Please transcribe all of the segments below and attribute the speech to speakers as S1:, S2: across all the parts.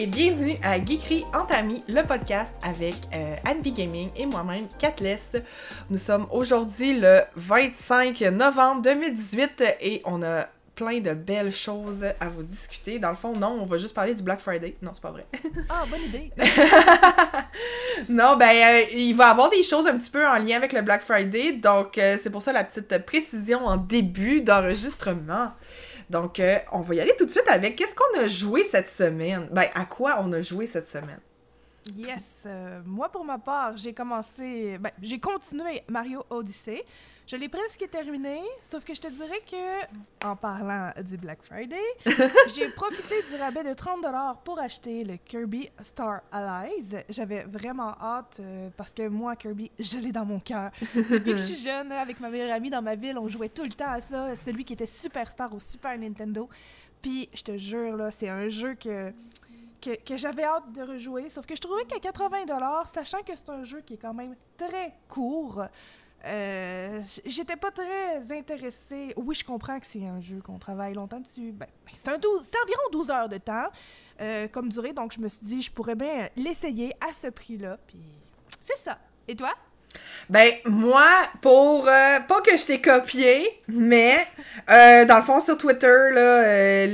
S1: et bienvenue à Geekery entre amis, le podcast avec Anne-B Gaming et moi-même, Catless. Nous sommes aujourd'hui le 25 novembre 2018 et on a plein de belles choses à vous discuter. Dans le fond, non, on va juste parler du Black Friday. Non, c'est pas vrai.
S2: Ah, bonne idée!
S1: Non, il va y avoir des choses un petit peu en lien avec le Black Friday, donc c'est pour ça la petite précision en début d'enregistrement. Donc, on va y aller tout de suite avec qu'est-ce qu'on a joué cette semaine. À quoi on a joué cette semaine?
S2: Yes! Moi, pour ma part, j'ai continué Mario Odyssey. Je l'ai presque terminé, sauf que je te dirais que, en parlant du Black Friday, j'ai profité du rabais de 30$ pour acheter le Kirby Star Allies. J'avais vraiment hâte, parce que moi, Kirby, je l'ai dans mon cœur. Depuis que je suis jeune, avec ma meilleure amie dans ma ville, on jouait tout le temps à ça, celui qui était superstar au Super Nintendo. Puis, je te jure, là, c'est un jeu que j'avais hâte de rejouer, sauf que je trouvais qu'à 80$, sachant que c'est un jeu qui est quand même très court, j'étais pas très intéressée. Oui, je comprends que c'est un jeu qu'on travaille longtemps dessus. C'est environ 12 heures de temps comme durée, donc je me suis dit je pourrais bien l'essayer à ce prix-là, puis c'est ça. Et toi?
S1: Moi, pour pas que je t'ai copié, mais dans le fond, sur Twitter, là,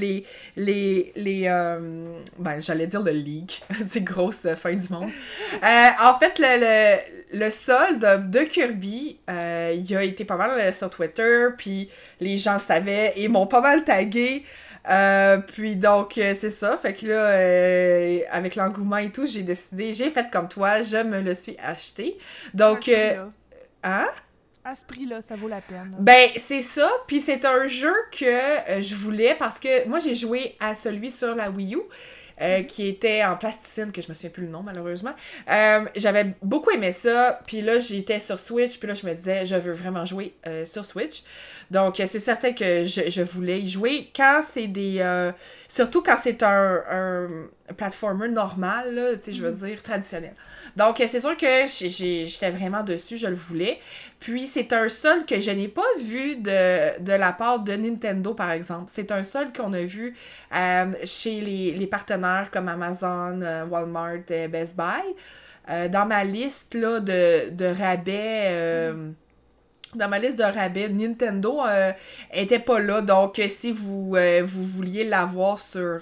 S1: j'allais dire le leak, c'est grosse fin du monde. En fait, le solde de Kirby, il a été pas mal sur Twitter, puis les gens le savaient et m'ont pas mal tagué. Puis donc, c'est ça. Fait que là, avec l'engouement et tout, j'ai fait comme toi, je me le suis acheté. Donc,
S2: à ce prix-là, ça vaut la peine.
S1: C'est ça. Puis c'est un jeu que je voulais parce que moi, j'ai joué à celui sur la Wii U. Qui était en plasticine, que je me souviens plus le nom malheureusement. J'avais beaucoup aimé ça, puis là j'étais sur Switch, puis là je me disais je veux vraiment jouer sur Switch. Donc c'est certain que je voulais y jouer quand c'est surtout quand c'est un platformer normal, là, tu sais, je veux dire traditionnel. Donc c'est sûr que j'étais vraiment dessus, je le voulais. Puis c'est un sol que je n'ai pas vu de la part de Nintendo, par exemple. C'est un sol qu'on a vu chez les partenaires comme Amazon, Walmart, Best Buy. Dans ma liste là, de rabais... Dans ma liste de rabais, Nintendo était pas là. Donc, si vous vouliez l'avoir sur...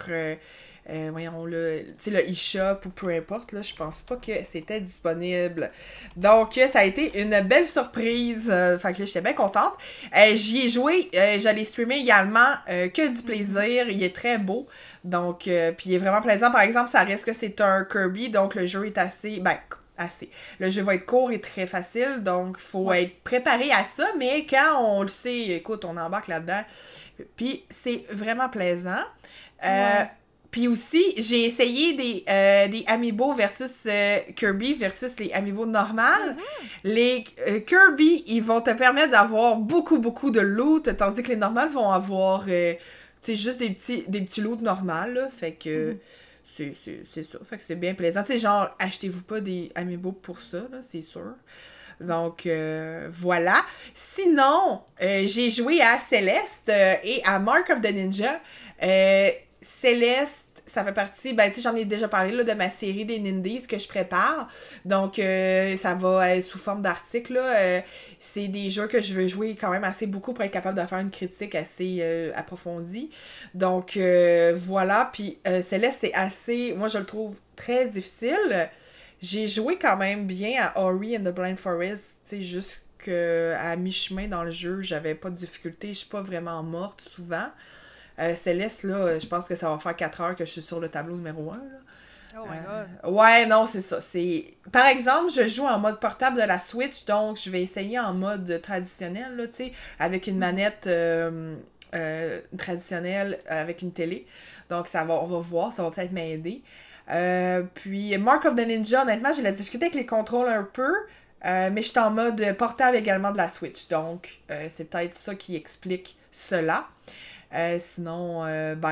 S1: le eShop ou peu importe, là, je pense pas que c'était disponible. Donc, ça a été une belle surprise. Fait que là, j'étais bien contente. J'y ai joué, j'allais streamer également, que du plaisir. Il est très beau. Donc, puis il est vraiment plaisant. Par exemple, ça reste que c'est un Kirby, donc le jeu est assez. Le jeu va être court et très facile, donc il faut être préparé à ça, mais quand on le sait, écoute, on embarque là-dedans. Puis c'est vraiment plaisant. Puis aussi, j'ai essayé des Amiibo versus Kirby versus les Amiibo normales. Les Kirby, ils vont te permettre d'avoir beaucoup, beaucoup de loot, tandis que les normales vont avoir juste des petits loots normales, là. Fait que c'est ça. Fait que c'est bien plaisant. Tu sais, genre, achetez-vous pas des Amiibo pour ça, là, c'est sûr. Donc, voilà. Sinon, j'ai joué à Celeste et à Mark of the Ninja. Céleste, ça fait partie, tu sais, j'en ai déjà parlé là, de ma série des Nindies que je prépare. Donc, ça va être sous forme d'article, là. C'est des jeux que je veux jouer quand même assez beaucoup pour être capable de faire une critique assez approfondie. Donc, voilà. Puis, Céleste, c'est assez, moi, je le trouve très difficile. J'ai joué quand même bien à Ori and the Blind Forest, tu sais, jusqu'à mi-chemin dans le jeu, j'avais pas de difficulté, je suis pas vraiment morte souvent. Céleste, là, je pense que ça va faire 4 heures que je suis sur le tableau numéro 1. Là.
S2: Oh my god!
S1: Ouais, non, c'est ça. Par exemple, je joue en mode portable de la Switch, donc je vais essayer en mode traditionnel, là, tu sais, avec une manette traditionnelle avec une télé. Donc, on va voir, ça va peut-être m'aider. Puis, Mark of the Ninja, honnêtement, j'ai la difficulté avec les contrôles un peu, mais je suis en mode portable également de la Switch. Donc, c'est peut-être ça qui explique cela. Sinon,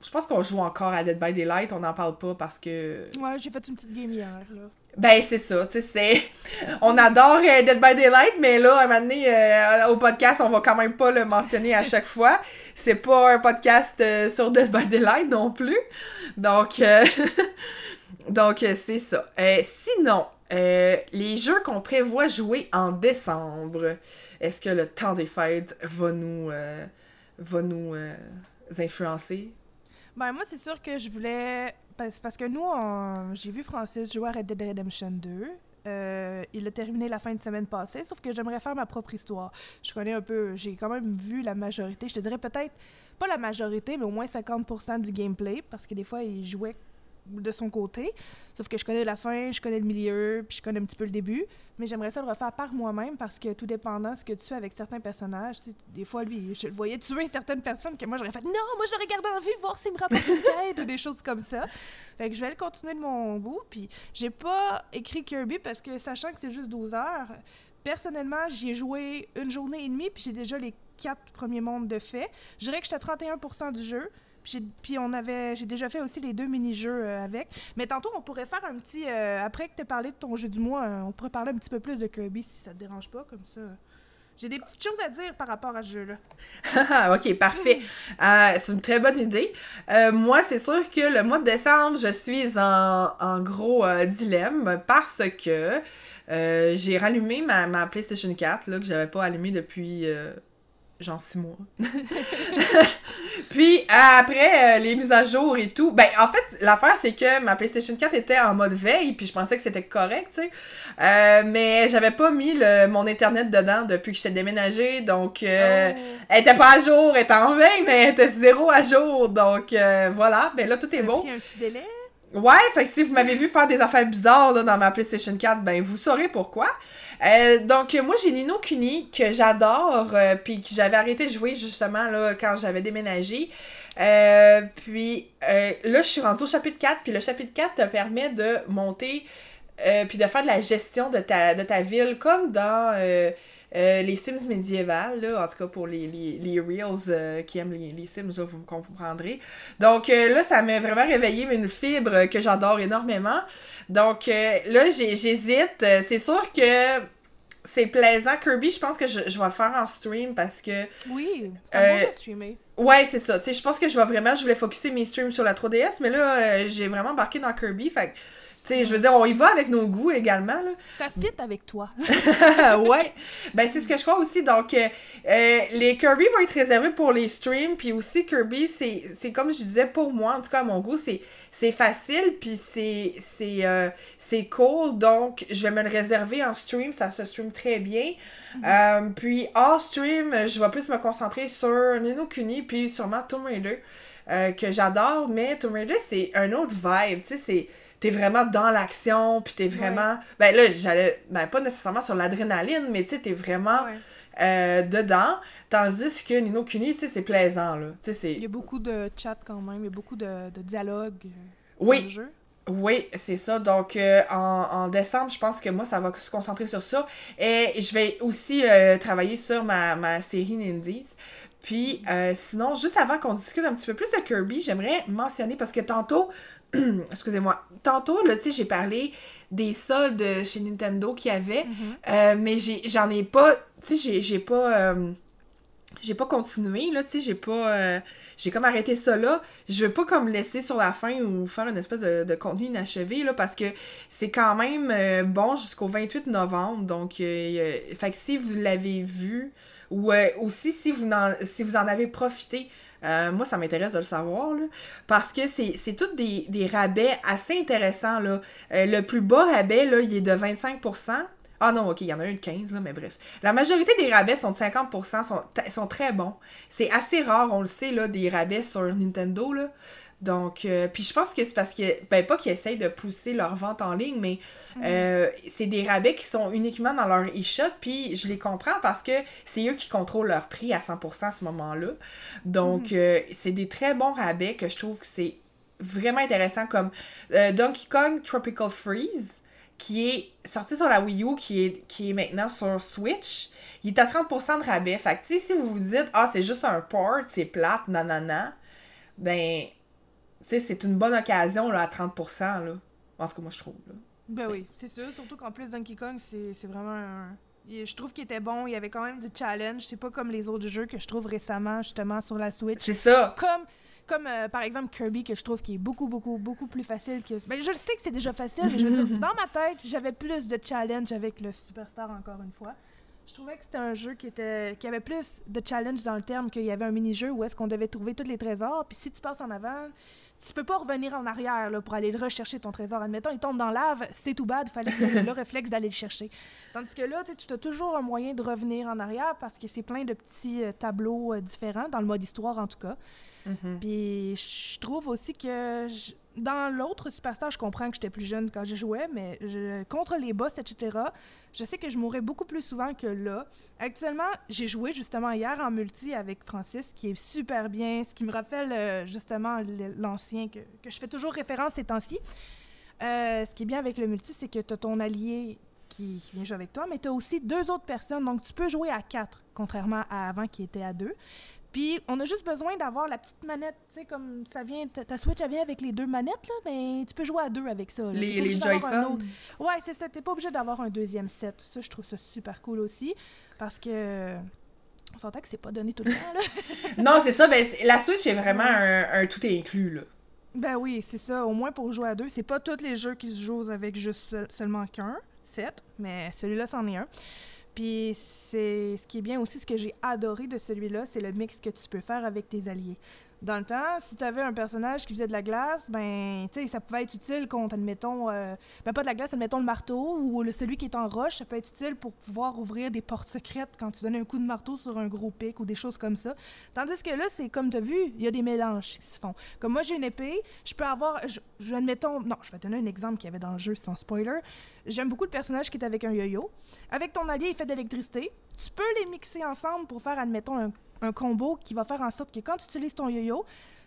S1: Je pense qu'on joue encore à Dead by Daylight, on n'en parle pas parce que...
S2: Ouais, j'ai fait une petite game hier, là.
S1: Ben, c'est ça, tu sais, c'est... On adore Dead by Daylight, mais là, à un moment donné, au podcast, on va quand même pas le mentionner à chaque fois. C'est pas un podcast sur Dead by Daylight non plus. Donc, c'est ça. Sinon, les jeux qu'on prévoit jouer en décembre, est-ce que le temps des fêtes va nous influencer?
S2: Ben, moi, c'est sûr que je voulais... C'est parce que nous, j'ai vu Francis jouer à Red Dead Redemption 2. Il a terminé la fin de semaine passée, sauf que j'aimerais faire ma propre histoire. Je connais un peu... J'ai quand même vu la majorité. Je te dirais peut-être, pas la majorité, mais au moins 50% du gameplay, parce que des fois, il jouait de son côté. Sauf que je connais la fin, je connais le milieu, puis je connais un petit peu le début. Mais j'aimerais ça le refaire par moi-même parce que tout dépendant de ce que tu fais avec certains personnages, tu sais, des fois, lui, je le voyais tuer certaines personnes que moi, j'aurais fait « Non, moi, je l'aurais gardé en vie, voir s'il me rapporte une quête » ou des choses comme ça. Fait que je vais le continuer de mon bout. Puis j'ai pas écrit Kirby parce que, sachant que c'est juste 12 heures, personnellement, j'y ai joué une journée et demie, puis j'ai déjà les 4 premiers mondes de fait. Je dirais que j'étais à 31% du jeu. Puis j'ai déjà fait aussi les 2 mini-jeux avec. Mais tantôt, on pourrait faire un petit... après que tu aies parlé de ton jeu du mois, on pourrait parler un petit peu plus de Kirby, si ça te dérange pas, comme ça. J'ai des petites choses à dire par rapport à ce jeu-là.
S1: Ok, parfait. C'est une très bonne idée. Moi, c'est sûr que le mois de décembre, je suis en gros dilemme parce que j'ai rallumé ma PlayStation 4, là, que j'avais pas allumée depuis... genre 6 mois. Puis après les mises à jour et tout, ben en fait l'affaire c'est que ma PlayStation 4 était en mode veille puis je pensais que c'était correct, tu sais. Mais j'avais pas mis mon internet dedans depuis que j'étais déménagée, donc elle était pas à jour, elle était en veille mais elle était 0 à jour, donc voilà, ben là tout est beau.
S2: Ça a pris un petit délai.
S1: Ouais, fait que si vous m'avez vu faire des affaires bizarres là, dans ma PlayStation 4, ben vous saurez pourquoi. Donc moi j'ai Ni no Kuni que j'adore puis que j'avais arrêté de jouer justement là quand j'avais déménagé. Puis là je suis rendue au chapitre 4 puis le chapitre 4 te permet de monter puis de faire de la gestion de ta ville comme dans les Sims médiévales, là, en tout cas pour les Reels qui aiment les Sims, là, vous me comprendrez. Donc là, ça m'a vraiment réveillé une fibre que j'adore énormément. Donc là, j'hésite. C'est sûr que c'est plaisant. Kirby, je pense que je vais le faire en stream parce que...
S2: Oui, c'est un bon jeu de streamer.
S1: Ouais, c'est ça. Tu sais, je pense que je voulais focusser mes streams sur la 3DS, mais là, j'ai vraiment embarqué dans Kirby, fait que tu sais, je veux dire, on y va avec nos goûts également, là.
S2: Ça fit avec toi.
S1: Ouais. Ben, c'est ce que je crois aussi. Donc, les Kirby vont être réservés pour les streams. Puis aussi, Kirby, c'est comme je disais, pour moi, en tout cas, à mon goût, c'est facile. Puis c'est cool. Donc, je vais me le réserver en stream. Ça se stream très bien. Puis, hors stream, je vais plus me concentrer sur Ni no Kuni. Puis, sûrement Tomb Raider, que j'adore. Mais Tomb Raider, c'est un autre vibe. Tu sais, t'es vraiment dans l'action, puis t'es vraiment... Ouais. Ben là, ben pas nécessairement sur l'adrénaline, mais tu sais, t'es vraiment dedans. Tandis que Ni no Kuni, tu sais, c'est plaisant, là. Tu sais,
S2: il y a beaucoup de chat quand même, il y a beaucoup de dialogue
S1: dans le jeu. Oui, c'est ça. Donc, en décembre, je pense que moi, ça va se concentrer sur ça. Et je vais aussi travailler sur ma série Nindies. Puis, sinon, juste avant qu'on discute un petit peu plus de Kirby, j'aimerais mentionner, parce que tantôt... excusez-moi. Tantôt, là, tu sais, j'ai parlé des soldes chez Nintendo qu'il y avait, mais j'en ai pas, tu sais, j'ai pas continué, là, tu sais, j'ai comme arrêté ça là. Je veux pas comme laisser sur la fin ou faire une espèce de contenu inachevé, là, parce que c'est quand même bon jusqu'au 28 novembre, donc, fait que si vous l'avez vu, ou aussi si vous en avez profité, moi, ça m'intéresse de le savoir, là, parce que c'est tous des rabais assez intéressants, là. Le plus bas rabais, là, il est de 25%. Ah non, ok, il y en a un de 15, là, mais bref. La majorité des rabais sont de 50%, sont très bons. C'est assez rare, on le sait, là, des rabais sur Nintendo, là. Donc, puis je pense que c'est parce que, ben pas qu'ils essayent de pousser leur vente en ligne, mais c'est des rabais qui sont uniquement dans leur e-shop, puis je les comprends parce que c'est eux qui contrôlent leur prix à 100% à ce moment-là. Donc, c'est des très bons rabais que je trouve que c'est vraiment intéressant, comme Donkey Kong Tropical Freeze, qui est sorti sur la Wii U, qui est maintenant sur Switch. Il est à 30% de rabais. Fait que, tu sais, si vous vous dites « Ah, c'est juste un port, c'est plate, nanana », ben... sais, c'est une bonne occasion, là, à 30%, là. En ce que moi, je trouve, là.
S2: Ben oui, c'est sûr. Surtout qu'en plus, Donkey Kong, c'est vraiment un... Je trouve qu'il était bon. Il y avait quand même du challenge. C'est pas comme les autres jeux que je trouve récemment, justement, sur la Switch.
S1: C'est ça!
S2: Comme par exemple, Kirby, que je trouve qui est beaucoup, beaucoup, beaucoup plus facile que... Ben, je le sais que c'est déjà facile, mais je veux dire, dans ma tête, j'avais plus de challenge avec le Superstar, encore une fois. Je trouvais que c'était un jeu qui avait plus de challenge dans le terme qu'il y avait un mini-jeu où est-ce qu'on devait trouver tous les trésors, puis si tu passes en avant, tu peux pas revenir en arrière là, pour aller rechercher ton trésor. Admettons, il tombe dans la lave, c'est tout bad, il fallait que tu aies le réflexe d'aller le chercher. Tandis que là, tu as toujours un moyen de revenir en arrière parce que c'est plein de petits tableaux différents, dans le mode histoire en tout cas.
S1: Mm-hmm.
S2: Puis je trouve aussi que dans l'autre Superstar, je comprends que j'étais plus jeune quand je jouais, mais contre les boss, etc., je sais que je mourrais beaucoup plus souvent que là. Actuellement, j'ai joué justement hier en multi avec Francis, qui est super bien, ce qui me rappelle justement l'ancien que je fais toujours référence ces temps-ci. Ce qui est bien avec le multi, c'est que tu as ton allié qui vient jouer avec toi, mais tu as aussi 2 autres personnes, donc tu peux jouer à 4, contrairement à avant qui était à 2. Puis, on a juste besoin d'avoir la petite manette, tu sais, comme ça vient, ta Switch, elle vient avec les 2 manettes, là, mais tu peux jouer à 2 avec ça. Là.
S1: Les Joy-Con.
S2: Ouais, c'est ça, t'es pas obligé d'avoir un deuxième set. Ça, je trouve ça super cool aussi, parce que on s'entend que c'est pas donné tout le temps, là.
S1: Non, c'est ça, ben, la Switch est vraiment un tout est inclus, là.
S2: Ben oui, c'est ça, au moins pour jouer à 2. C'est pas tous les jeux qui se jouent avec juste seulement qu'un set, mais celui-là, c'en est un. Puis c'est ce qui est bien aussi, ce que j'ai adoré de celui-là, c'est le mix que tu peux faire avec tes alliés. Dans le temps, si tu avais un personnage qui faisait de la glace, ben, tu sais, ça pouvait être utile contre, admettons, ben pas de la glace, admettons le marteau, ou celui qui est en roche, ça peut être utile pour pouvoir ouvrir des portes secrètes quand tu donnes un coup de marteau sur un gros pic ou des choses comme ça. Tandis que là, c'est comme tu as vu, il y a des mélanges qui se font. Comme moi, j'ai une épée, je peux avoir, admettons, non, je vais te donner un exemple qu'il y avait dans le jeu sans spoiler. J'aime beaucoup le personnage qui est avec un yo-yo. Avec ton allié, il fait de l'électricité. Tu peux les mixer ensemble pour faire, admettons, un combo qui va faire en sorte que quand tu utilises ton yo-yo,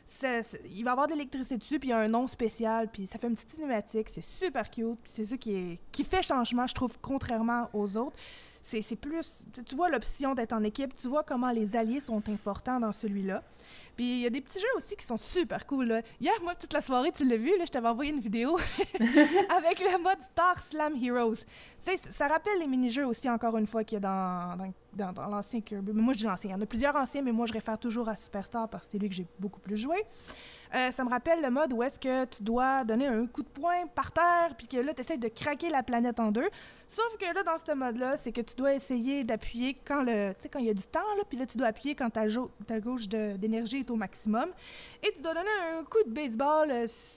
S2: il va avoir de l'électricité dessus, puis il y a un nom spécial, puis ça fait une petite cinématique, c'est super cute, c'est ça qui fait changement, je trouve, contrairement aux autres. C'est plus... Tu vois l'option d'être en équipe, tu vois comment les alliés sont importants dans celui-là. Puis il y a des petits jeux aussi qui sont super cool, là. Hier, moi, toute la soirée, tu l'as vu, là, je t'avais envoyé une vidéo avec le mode Star Slam Heroes. Tu sais, ça rappelle les mini-jeux aussi, encore une fois, qu'il y a dans l'ancien Kirby. Moi, je dis l'ancien. Il y en a plusieurs anciens, mais moi, je réfère toujours à Superstar parce que c'est lui que j'ai beaucoup plus joué. Ça me rappelle le mode où est-ce que tu dois donner un coup de poing par terre, puis que là, tu essaies de craquer la planète en 2. Sauf que là, dans ce mode-là, c'est que tu dois essayer d'appuyer quand il y a du temps, là, puis là, tu dois appuyer quand ta gauche d'énergie est au maximum. Et tu dois donner un coup de baseball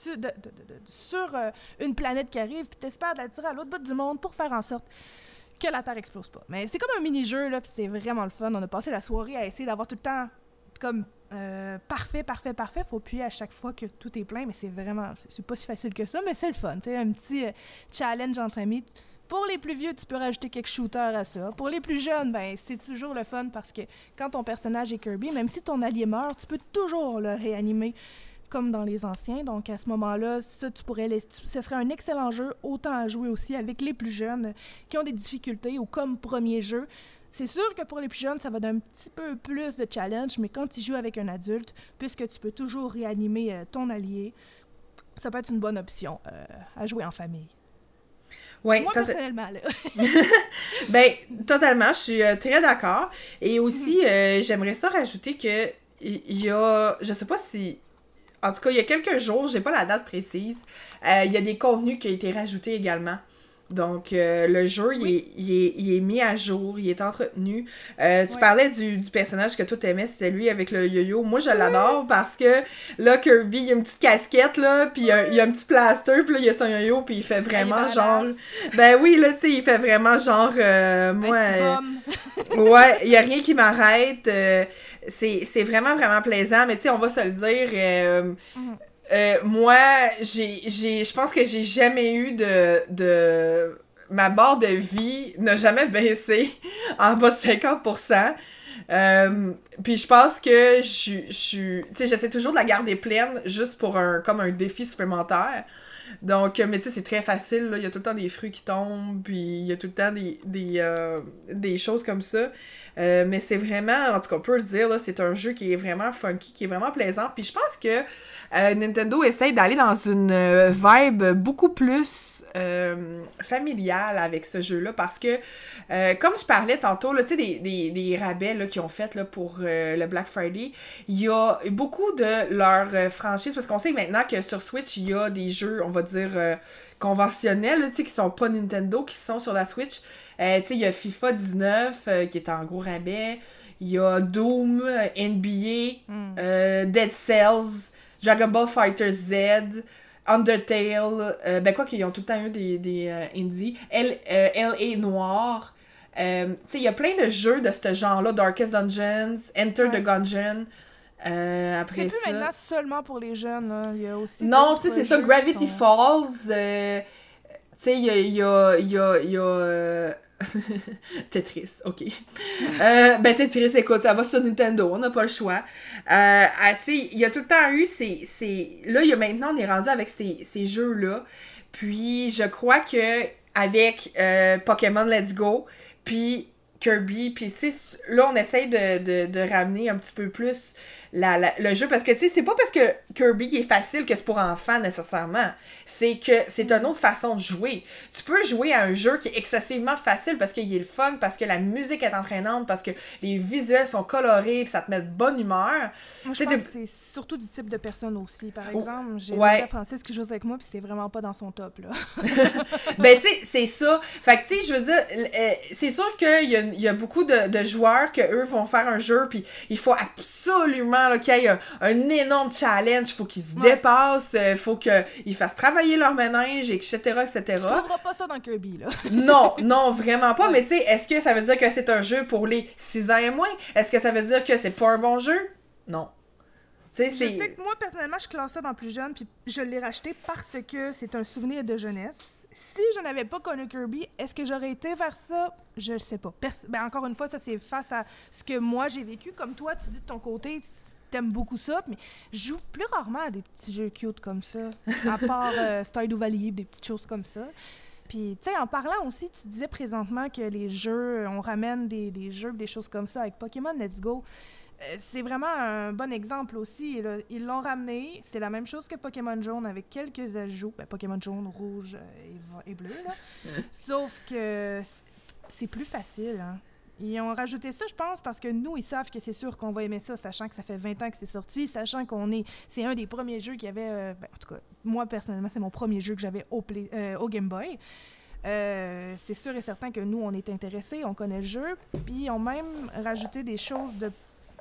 S2: sur une planète qui arrive, puis tu espères la tirer à l'autre bout du monde pour faire en sorte que la Terre explose pas. Mais c'est comme un mini-jeu, là, puis c'est vraiment le fun. On a passé la soirée à essayer d'avoir tout le temps comme parfait. Faut appuyer à chaque fois que tout est plein, mais c'est pas si facile que ça, mais c'est le fun. C'est un petit challenge entre amis. Pour les plus vieux, tu peux rajouter quelques shooters à ça. Pour les plus jeunes, ben c'est toujours le fun parce que quand ton personnage est Kirby, même si ton allié meurt, tu peux toujours le réanimer comme dans les anciens. Donc à ce moment-là, ça, ce serait un excellent jeu, autant à jouer aussi avec les plus jeunes qui ont des difficultés ou comme premier jeu. C'est sûr que pour les plus jeunes, ça va donner un petit peu plus de challenge, mais quand tu joues avec un adulte, puisque tu peux toujours réanimer ton allié, ça peut être une bonne option à jouer en famille.
S1: Ouais,
S2: moi, personnellement, là.
S1: Ben, totalement, je suis très d'accord. Et aussi, j'aimerais ça rajouter que il y a, je sais pas si... En tout cas, il y a quelques jours, j'ai pas la date précise, il y a des contenus qui ont été rajoutés également. Donc, le jeu, oui. il est mis à jour, il est entretenu. Tu parlais du personnage que toi t'aimais, c'était lui avec le yo-yo. Moi, je l'adore parce que là, Kirby, il a une petite casquette, là, puis il y a un petit plaster, puis là, il y a son yo-yo, puis il fait vraiment genre... Ben oui, là, tu sais, il fait vraiment genre... moi, ouais, il y a rien qui m'arrête. C'est vraiment, vraiment plaisant, mais tu sais, on va se le dire... moi, je pense que j'ai jamais eu ma barre de vie n'a jamais baissé en bas de 50%. Puis je pense que tu sais, j'essaie toujours de la garder pleine juste pour comme un défi supplémentaire. Donc, mais tu sais, c'est très facile, là. Il y a tout le temps des fruits qui tombent, puis il y a tout le temps des choses comme ça. Mais c'est vraiment, en tout cas, on peut le dire, là, c'est un jeu qui est vraiment funky, qui est vraiment plaisant. Puis je pense que Nintendo essaye d'aller dans une vibe beaucoup plus familiale avec ce jeu-là, parce que, comme je parlais tantôt, là, tu sais, des rabais là, qu'ils ont fait là, pour le Black Friday, il y a beaucoup de leurs franchises, parce qu'on sait maintenant que sur Switch, il y a des jeux, on va dire, conventionnels, là, tu sais, qui sont pas Nintendo, qui sont sur la Switch. Tu sais, il y a FIFA 19, qui est en gros rabais. Il y a Doom, NBA, Dead Cells, Dragon Ball Fighter Z, Undertale, ben quoi qu'ils ont tout le temps eu des indies, L.A. Noir. Tu sais, il y a plein de jeux de ce genre-là, Darkest Dungeons, Enter the Gungeon. Après
S2: c'est plus
S1: ça...
S2: maintenant seulement pour les jeunes, là. Il y a aussi
S1: non, tu sais, c'est ça, Gravity Falls. Tu sais, il y a Tetris, ok. Ben Tetris, écoute, ça va sur Nintendo, on n'a pas le choix. Tu sais, il y a tout le temps eu là, maintenant, on est rendu avec ces jeux-là. Puis, je crois que avec Pokémon Let's Go, puis Kirby, puis tu sais, là, on essaye de ramener un petit peu plus le jeu, parce que tu sais, c'est pas parce que Kirby est facile que c'est pour enfants nécessairement, c'est que c'est une autre façon de jouer. Tu peux jouer à un jeu qui est excessivement facile parce qu'il est le fun, parce que la musique est entraînante, parce que les visuels sont colorés, puis ça te met de bonne humeur.
S2: Moi, je pense que c'est surtout du type de personne aussi. Par exemple, j'ai
S1: ouais.
S2: Francis qui joue avec moi, puis c'est vraiment pas dans son top, là.
S1: Ben, tu sais, c'est ça. Fait que, tu sais, je veux dire, c'est sûr qu'il y a beaucoup de joueurs que eux vont faire un jeu, puis il faut absolument là, qu'il y ait un énorme challenge, il faut qu'ils se dépassent, il faut qu'ils fassent travailler leur ménage, etc., etc.
S2: Tu trouveras pas ça dans Kirby, là.
S1: Non, vraiment pas. Ouais. Mais tu sais, est-ce que ça veut dire que c'est un jeu pour les 6 ans et moins? Est-ce que ça veut dire que c'est pas un bon jeu? Non.
S2: Je sais que moi, personnellement, je classe ça dans plus jeune, puis je l'ai racheté parce que c'est un souvenir de jeunesse. Si je n'avais pas connu Kirby, est-ce que j'aurais été vers ça? Je ne sais pas. Ben, encore une fois, ça, c'est face à ce que moi, j'ai vécu. Comme toi, tu dis de ton côté, t'aimes beaucoup ça, mais je joue plus rarement à des petits jeux cute comme ça, à part Stardew Valley, des petites choses comme ça. Puis, tu sais, en parlant aussi, tu disais présentement que les jeux, on ramène des jeux, des choses comme ça avec Pokémon Let's Go. C'est vraiment un bon exemple aussi. Là. Ils l'ont ramené. C'est la même chose que Pokémon Jaune avec quelques ajouts. Ben, Pokémon Jaune, Rouge et Bleu. Là. Sauf que c'est plus facile. Hein. Ils ont rajouté ça, je pense, parce que nous, ils savent que c'est sûr qu'on va aimer ça, sachant que ça fait 20 ans que c'est sorti, sachant c'est un des premiers jeux qu'il y avait... en tout cas, moi, personnellement, c'est mon premier jeu que j'avais au Game Boy. C'est sûr et certain que nous, on est intéressés, on connaît le jeu. Puis ils ont même rajouté des choses de...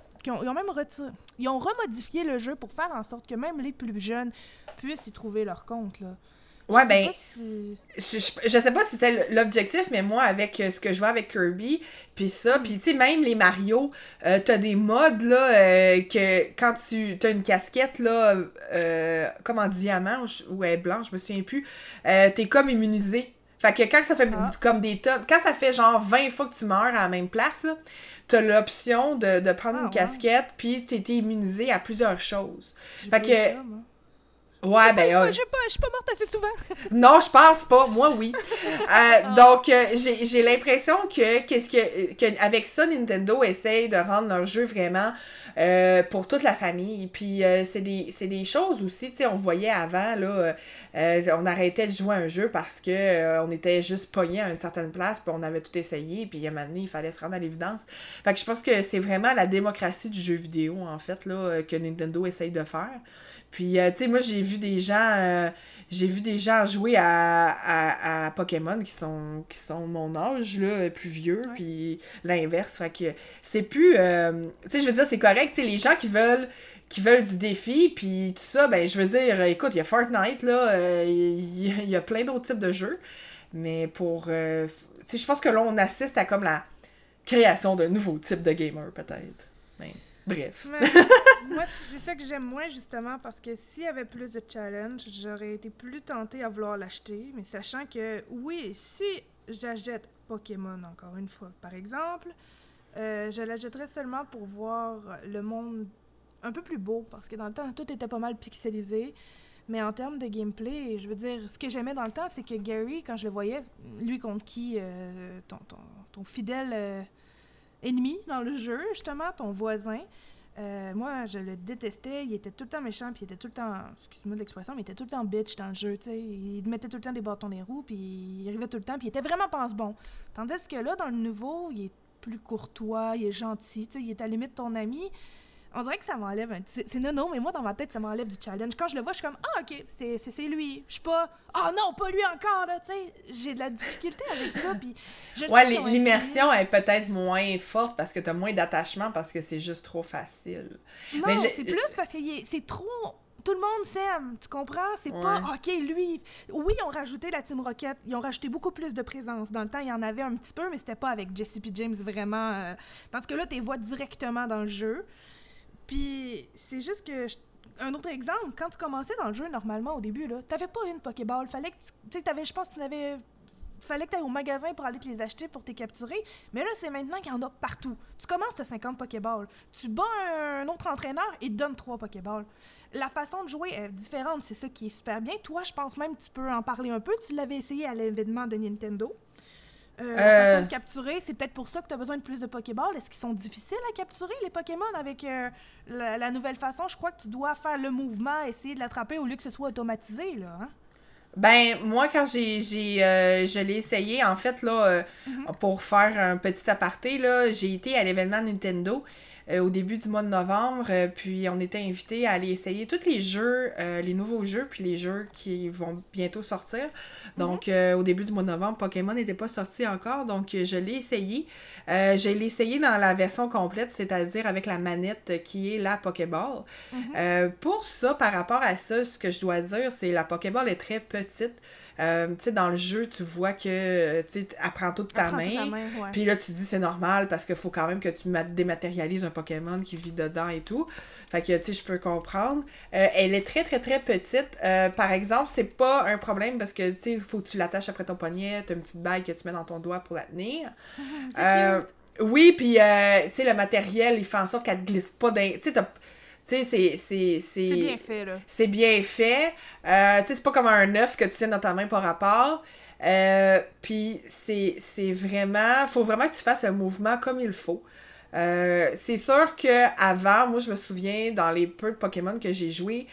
S2: Ils ont remodifié le jeu pour faire en sorte que même les plus jeunes puissent y trouver leur compte, là.
S1: Ouais, ben, je sais pas si c'était l'objectif, mais moi, avec ce que je vois avec Kirby, puis ça, puis tu sais, même les Mario, t'as des modes, là, que quand t'as une casquette, là, comme en diamant, ou elle est blanche, je me souviens plus, t'es comme immunisé. Fait que quand ça fait comme des tonnes, quand ça fait genre 20 fois que tu meurs à la même place, là, t'as l'option de prendre une casquette, puis t'es immunisé à plusieurs choses. Fait que... Ça, ouais, ben...
S2: je suis pas morte assez souvent.
S1: Non, je pense pas. Moi, oui. Donc, j'ai l'impression que avec ça, Nintendo essaye de rendre leur jeu vraiment pour toute la famille. Puis, c'est des choses aussi, tu sais, on voyait avant, là, on arrêtait de jouer à un jeu parce que on était juste pognés à une certaine place, puis on avait tout essayé, puis à un moment donné, il fallait se rendre à l'évidence. Fait que je pense que c'est vraiment la démocratie du jeu vidéo, en fait, là, que Nintendo essaye de faire. Puis, tu sais, moi, j'ai vu des gens jouer à Pokémon qui sont mon âge, là, plus vieux, puis l'inverse. Fait que c'est plus... tu sais, je veux dire, c'est correct, tu sais, les gens qui veulent du défi, puis tout ça, ben, je veux dire, écoute, il y a Fortnite, là, il y a plein d'autres types de jeux, mais pour... tu sais, je pense que là, on assiste à comme la création d'un nouveau type de gamer, peut-être. Mais... Bref.
S2: Moi, c'est ça que j'aime moins, justement, parce que s'il y avait plus de challenge, j'aurais été plus tentée à vouloir l'acheter. Mais sachant que, oui, si j'achète Pokémon, encore une fois, par exemple, je l'achèterais seulement pour voir le monde un peu plus beau, parce que dans le temps, tout était pas mal pixelisé. Mais en termes de gameplay, je veux dire, ce que j'aimais dans le temps, c'est que Gary, quand je le voyais, lui contre qui, ton fidèle ennemi dans le jeu, justement, ton voisin, moi, je le détestais. Il était tout le temps méchant, puis il était tout le temps, excuse-moi de l'expression, mais il était tout le temps bitch dans le jeu, tu sais. Il mettait tout le temps des bâtons dans les roues, puis il arrivait tout le temps, puis il était vraiment pense-bon. Tandis que là, dans le nouveau, il est plus courtois, il est gentil, tu sais, il est à la limite ton ami. On dirait que ça m'enlève c'est nono, mais moi, dans ma tête, ça m'enlève du challenge. Quand je le vois, je suis comme « Ah, OK, c'est lui. » Je suis pas « Ah non, pas lui encore, là, tu sais. » J'ai de la difficulté avec ça, puis
S1: l'immersion est peut-être moins forte parce que t'as moins d'attachement parce que c'est juste trop facile.
S2: Non, mais c'est plus parce que c'est trop... Tout le monde s'aime, tu comprends? C'est pas « OK, lui... » Oui, ils ont rajouté la Team Rocket, ils ont rajouté beaucoup plus de présence. Dans le temps, il y en avait un petit peu, mais c'était pas avec Jesse P. James vraiment... Parce que là, tu les vois directement dans le jeu. Puis c'est juste que... Un autre exemple, quand tu commençais dans le jeu, normalement, au début, là, t'avais pas une Pokéball. Fallait que tu sais, je pense que tu n'avais... Fallait que tu ailles au magasin pour aller te les acheter, pour t'es capturer. Mais là, c'est maintenant qu'il y en a partout. Tu commences, t'as 50 Pokéballs. Tu bats un autre entraîneur et te donne 3 Pokéballs. La façon de jouer est différente, c'est ça qui est super bien. Toi, je pense même que tu peux en parler un peu. Tu l'avais essayé à l'événement de Nintendo. La façon de capturer, c'est peut-être pour ça que tu as besoin de plus de Pokéballs. Est-ce qu'ils sont difficiles à capturer, les Pokémon, avec la nouvelle façon? Je crois que tu dois faire le mouvement, essayer de l'attraper au lieu que ce soit automatisé, là, hein?
S1: Ben, moi, quand je l'ai essayé, en fait, là, pour faire un petit aparté, là, j'ai été à l'événement Nintendo au début du mois de novembre, puis on était invités à aller essayer tous les jeux, les nouveaux jeux, puis les jeux qui vont bientôt sortir. Donc, au début du mois de novembre, Pokémon n'était pas sorti encore, donc je l'ai essayé. Je l'ai essayé dans la version complète, c'est-à-dire avec la manette qui est la Pokéball. Pour ça, par rapport à ça, ce que je dois dire, c'est la Pokéball est très petite. Tu sais, dans le jeu, tu vois que, tu sais, elle prend toute ta main. Puis là, tu te dis, c'est normal parce qu'il faut quand même que tu dématérialises un Pokémon qui vit dedans et tout. Fait que, tu sais, je peux comprendre. Elle est très, très, très petite. Par exemple, c'est pas un problème parce que, tu sais, il faut que tu l'attaches après ton poignet. T'as une petite bague que tu mets dans ton doigt pour la tenir. Oui, puis, tu sais, le matériel, il fait en sorte qu'elle ne glisse pas dans... Tu sais, c'est
S2: bien fait, là.
S1: C'est bien fait. Tu sais, c'est pas comme un œuf que tu tiens dans ta main par rapport. Puis c'est vraiment... Faut vraiment que tu fasses le mouvement comme il faut. C'est sûr qu'avant, moi, je me souviens, dans les peu de Pokémon que j'ai joué,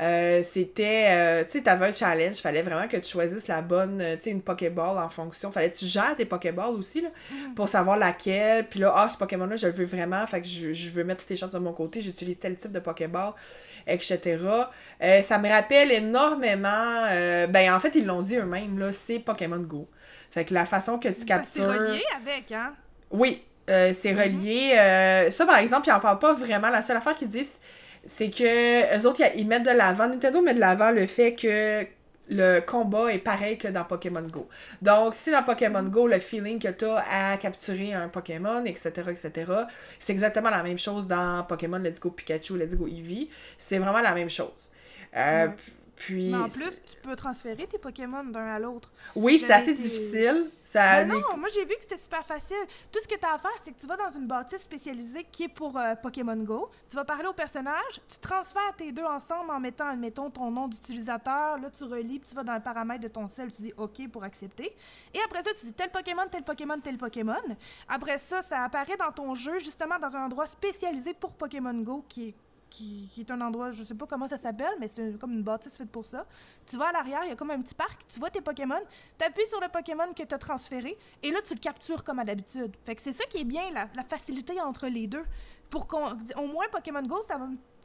S1: c'était... tu sais, t'avais un challenge. Fallait vraiment que tu choisisses la bonne... tu sais, une Pokéball en fonction. Fallait que tu gères tes Pokéballs aussi, là, pour savoir laquelle. Puis là, ce Pokémon-là, je le veux vraiment. Fait que je veux mettre toutes les chances de mon côté. J'utilise tel type de Pokéball, etc. Ça me rappelle énormément... ben, en fait, ils l'ont dit eux-mêmes, là, c'est Pokémon Go. Fait que la façon que tu captures...
S2: C'est relié avec, hein?
S1: Oui, c'est relié. Ça, par exemple, ils en parlent pas vraiment. La seule affaire qu'ils disent... c'est que eux autres, ils mettent de l'avant, Nintendo met de l'avant le fait que le combat est pareil que dans Pokémon Go. Donc, si dans Pokémon Go, le feeling que t'as à capturer un Pokémon, etc., c'est exactement la même chose dans Pokémon Let's Go Pikachu, Let's Go Eevee. C'est vraiment la même chose. Puis...
S2: Mais en plus, tu peux transférer tes Pokémon d'un à l'autre.
S1: Oui, c'est assez difficile.
S2: Non, moi j'ai vu que c'était super facile. Tout ce que tu as à faire, c'est que tu vas dans une bâtisse spécialisée qui est pour Pokémon Go. Tu vas parler au personnage, tu transfères tes deux ensemble en mettant, admettons, ton nom d'utilisateur. Là, tu relis, puis tu vas dans le paramètre de ton cell, tu dis OK pour accepter. Et après ça, tu dis tel Pokémon, tel Pokémon, tel Pokémon. Après ça, ça apparaît dans ton jeu, justement dans un endroit spécialisé pour Pokémon Go qui est un endroit, je sais pas comment ça s'appelle, mais c'est comme une bâtisse faite pour ça. Tu vas à l'arrière, il y a comme un petit parc, tu vois tes Pokémon, t'appuies sur le Pokémon que t'as transféré, et là, tu le captures comme à l'habitude. Fait que c'est ça qui est bien, la facilité entre les deux. Pour au moins, Pokémon Go, ça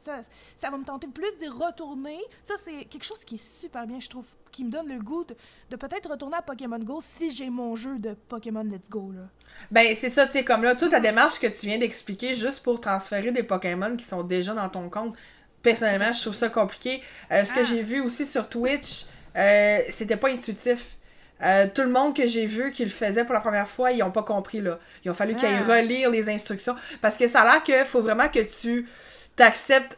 S2: va me tenter plus d'y retourner. Ça, c'est quelque chose qui est super bien, je trouve, qui me donne le goût de peut-être retourner à Pokémon Go si j'ai mon jeu de Pokémon Let's Go, là.
S1: Ben, c'est ça, tu sais, comme là, toute la démarche que tu viens d'expliquer juste pour transférer des Pokémon qui sont déjà dans ton compte, personnellement, je trouve ça compliqué. Ce que j'ai vu aussi sur Twitch, c'était pas intuitif. Tout le monde que j'ai vu qui le faisait pour la première fois, ils ont pas compris, là. Il a fallu qu'ils aillent relire les instructions. Parce que ça a l'air qu'il faut vraiment que tu t'acceptes,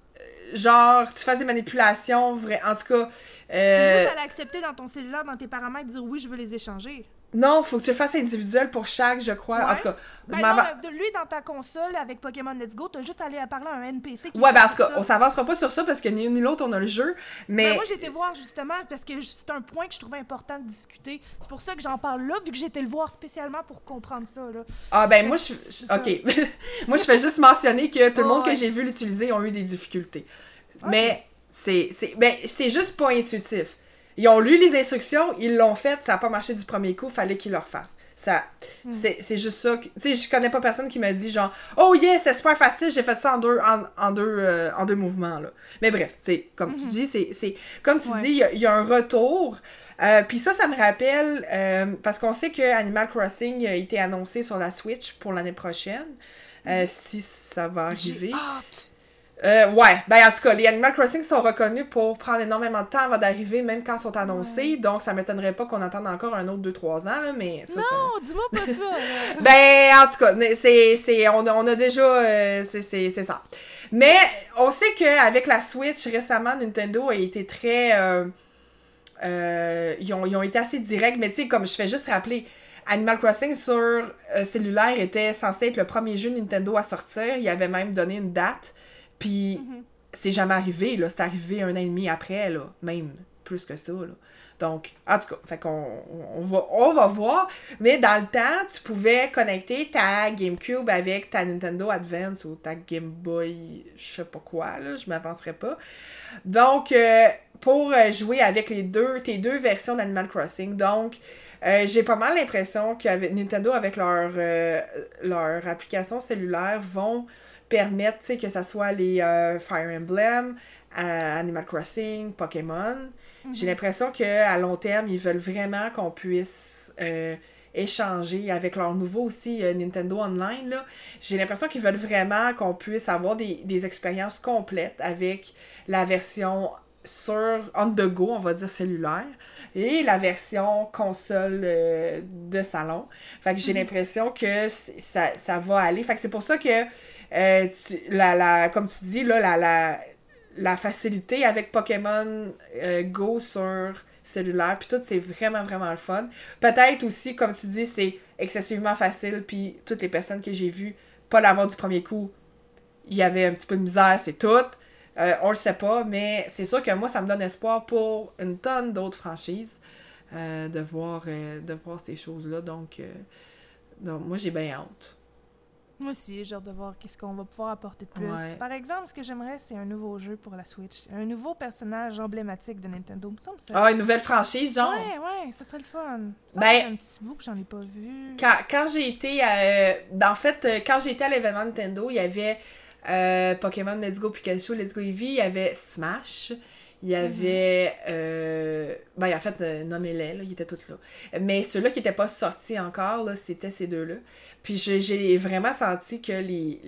S1: genre, tu fasses des manipulations, en tout cas...
S2: C'est juste à l'accepter dans ton cellulaire, dans tes paramètres, dire oui, je veux les échanger.
S1: Non, faut que tu le fasses individuel pour chaque, je crois. En
S2: Ouais.
S1: tout cas, je
S2: Ben
S1: m'en
S2: non,
S1: vais.
S2: de lui, dans ta console, avec Pokémon Let's Go, t'as juste à aller parler à un NPC qui
S1: Ouais, ben en
S2: fait
S1: tout cas,
S2: ça.
S1: on s'avancera pas sur ça parce que ni l'un ni l'autre, on a le jeu. Mais.
S2: Ben moi, j'ai été voir justement parce que c'est un point que je trouvais important de discuter. C'est pour ça que j'en parle là, vu que j'ai été le voir spécialement pour comprendre ça, là.
S1: Ah, ben
S2: Fait
S1: moi,
S2: que
S1: je.
S2: c'est ça.
S1: Ok. Moi, je fais juste mentionner que tout le monde que
S2: Ouais.
S1: j'ai vu l'utiliser ont eu des difficultés.
S2: Ok.
S1: Mais ben, c'est juste pas intuitif. Ils ont lu les instructions, ils l'ont fait, ça a pas marché du premier coup, fallait qu'ils le refassent. Ça, c'est juste ça. Tu sais, je connais pas personne qui m'a dit genre, oh yeah, c'était super facile, j'ai fait ça en deux mouvements, là. Mais bref, c'est comme tu dis, comme tu
S2: Ouais.
S1: dis, il y a un retour. Puis ça me rappelle, parce qu'on sait que Animal Crossing a été annoncé sur la Switch pour l'année prochaine, si ça va arriver.
S2: J'ai hâte.
S1: Ouais, ben en tout cas, les Animal Crossing sont reconnus pour prendre énormément de temps avant d'arriver, même quand ils sont annoncés, donc ça m'étonnerait pas qu'on attende encore un autre 2-3 ans, là, mais ça,
S2: Non, dis-moi pas ça, là.
S1: ben, en tout cas, on a déjà, c'est ça. Mais, on sait qu'avec la Switch, récemment, Nintendo a été très, ils ont été assez directs, mais tu sais, comme je fais juste rappeler, Animal Crossing sur cellulaire était censé être le premier jeu Nintendo à sortir, il avait même donné une date, puis c'est jamais arrivé, là, c'est arrivé 1 an et demi après, là, même plus que ça, là. Donc, en tout cas, fait qu'on on va voir. Mais dans le temps, tu pouvais connecter ta GameCube avec ta Nintendo Advance ou ta Game Boy, je sais pas quoi, là, je m'avancerais pas. Donc, pour jouer avec tes deux versions d'Animal Crossing, donc, j'ai pas mal l'impression que Nintendo, avec leur application cellulaire, vont permettre, tu sais, que ça soit les Fire Emblem, Animal Crossing, Pokémon. J'ai l'impression qu'à long terme, ils veulent vraiment qu'on puisse échanger avec leur nouveau aussi Nintendo Online, là. J'ai l'impression qu'ils veulent vraiment qu'on puisse avoir des expériences complètes avec la version sur on the go, on va dire cellulaire, et la version console de salon. Fait que j'ai l'impression que ça va aller. Fait que c'est pour ça que comme tu dis, là, la facilité avec Pokémon Go sur cellulaire, puis tout, c'est vraiment, vraiment le fun. Peut-être aussi, comme tu dis, c'est excessivement facile, puis toutes les personnes que j'ai vues, pas l'avoir du premier coup, il y avait un petit peu de misère, c'est tout. On le sait pas, mais c'est sûr que moi, ça me donne espoir pour une tonne d'autres franchises de voir ces choses-là. Donc, moi, j'ai bien hâte.
S2: Moi aussi, j'ai hâte de voir qu'est-ce qu'on va pouvoir apporter de plus.
S1: Ouais.
S2: Par exemple, ce que j'aimerais, c'est un nouveau jeu pour la Switch. Un nouveau personnage emblématique de Nintendo. Me semble ça.
S1: Ah, une nouvelle franchise, genre?
S2: Ouais, ça serait le fun. Ça
S1: Ben,
S2: fait un petit bout que j'en ai pas vu.
S1: Quand j'ai été quand j'ai été à l'événement Nintendo, il y avait Pokémon Let's Go Pikachu, Let's Go Eevee, il y avait Smash, il y avait en fait nommez-les, là, ils étaient tous là. Mais ceux-là qui n'étaient pas sortis encore, là, c'était ces deux-là. Puis j'ai vraiment senti que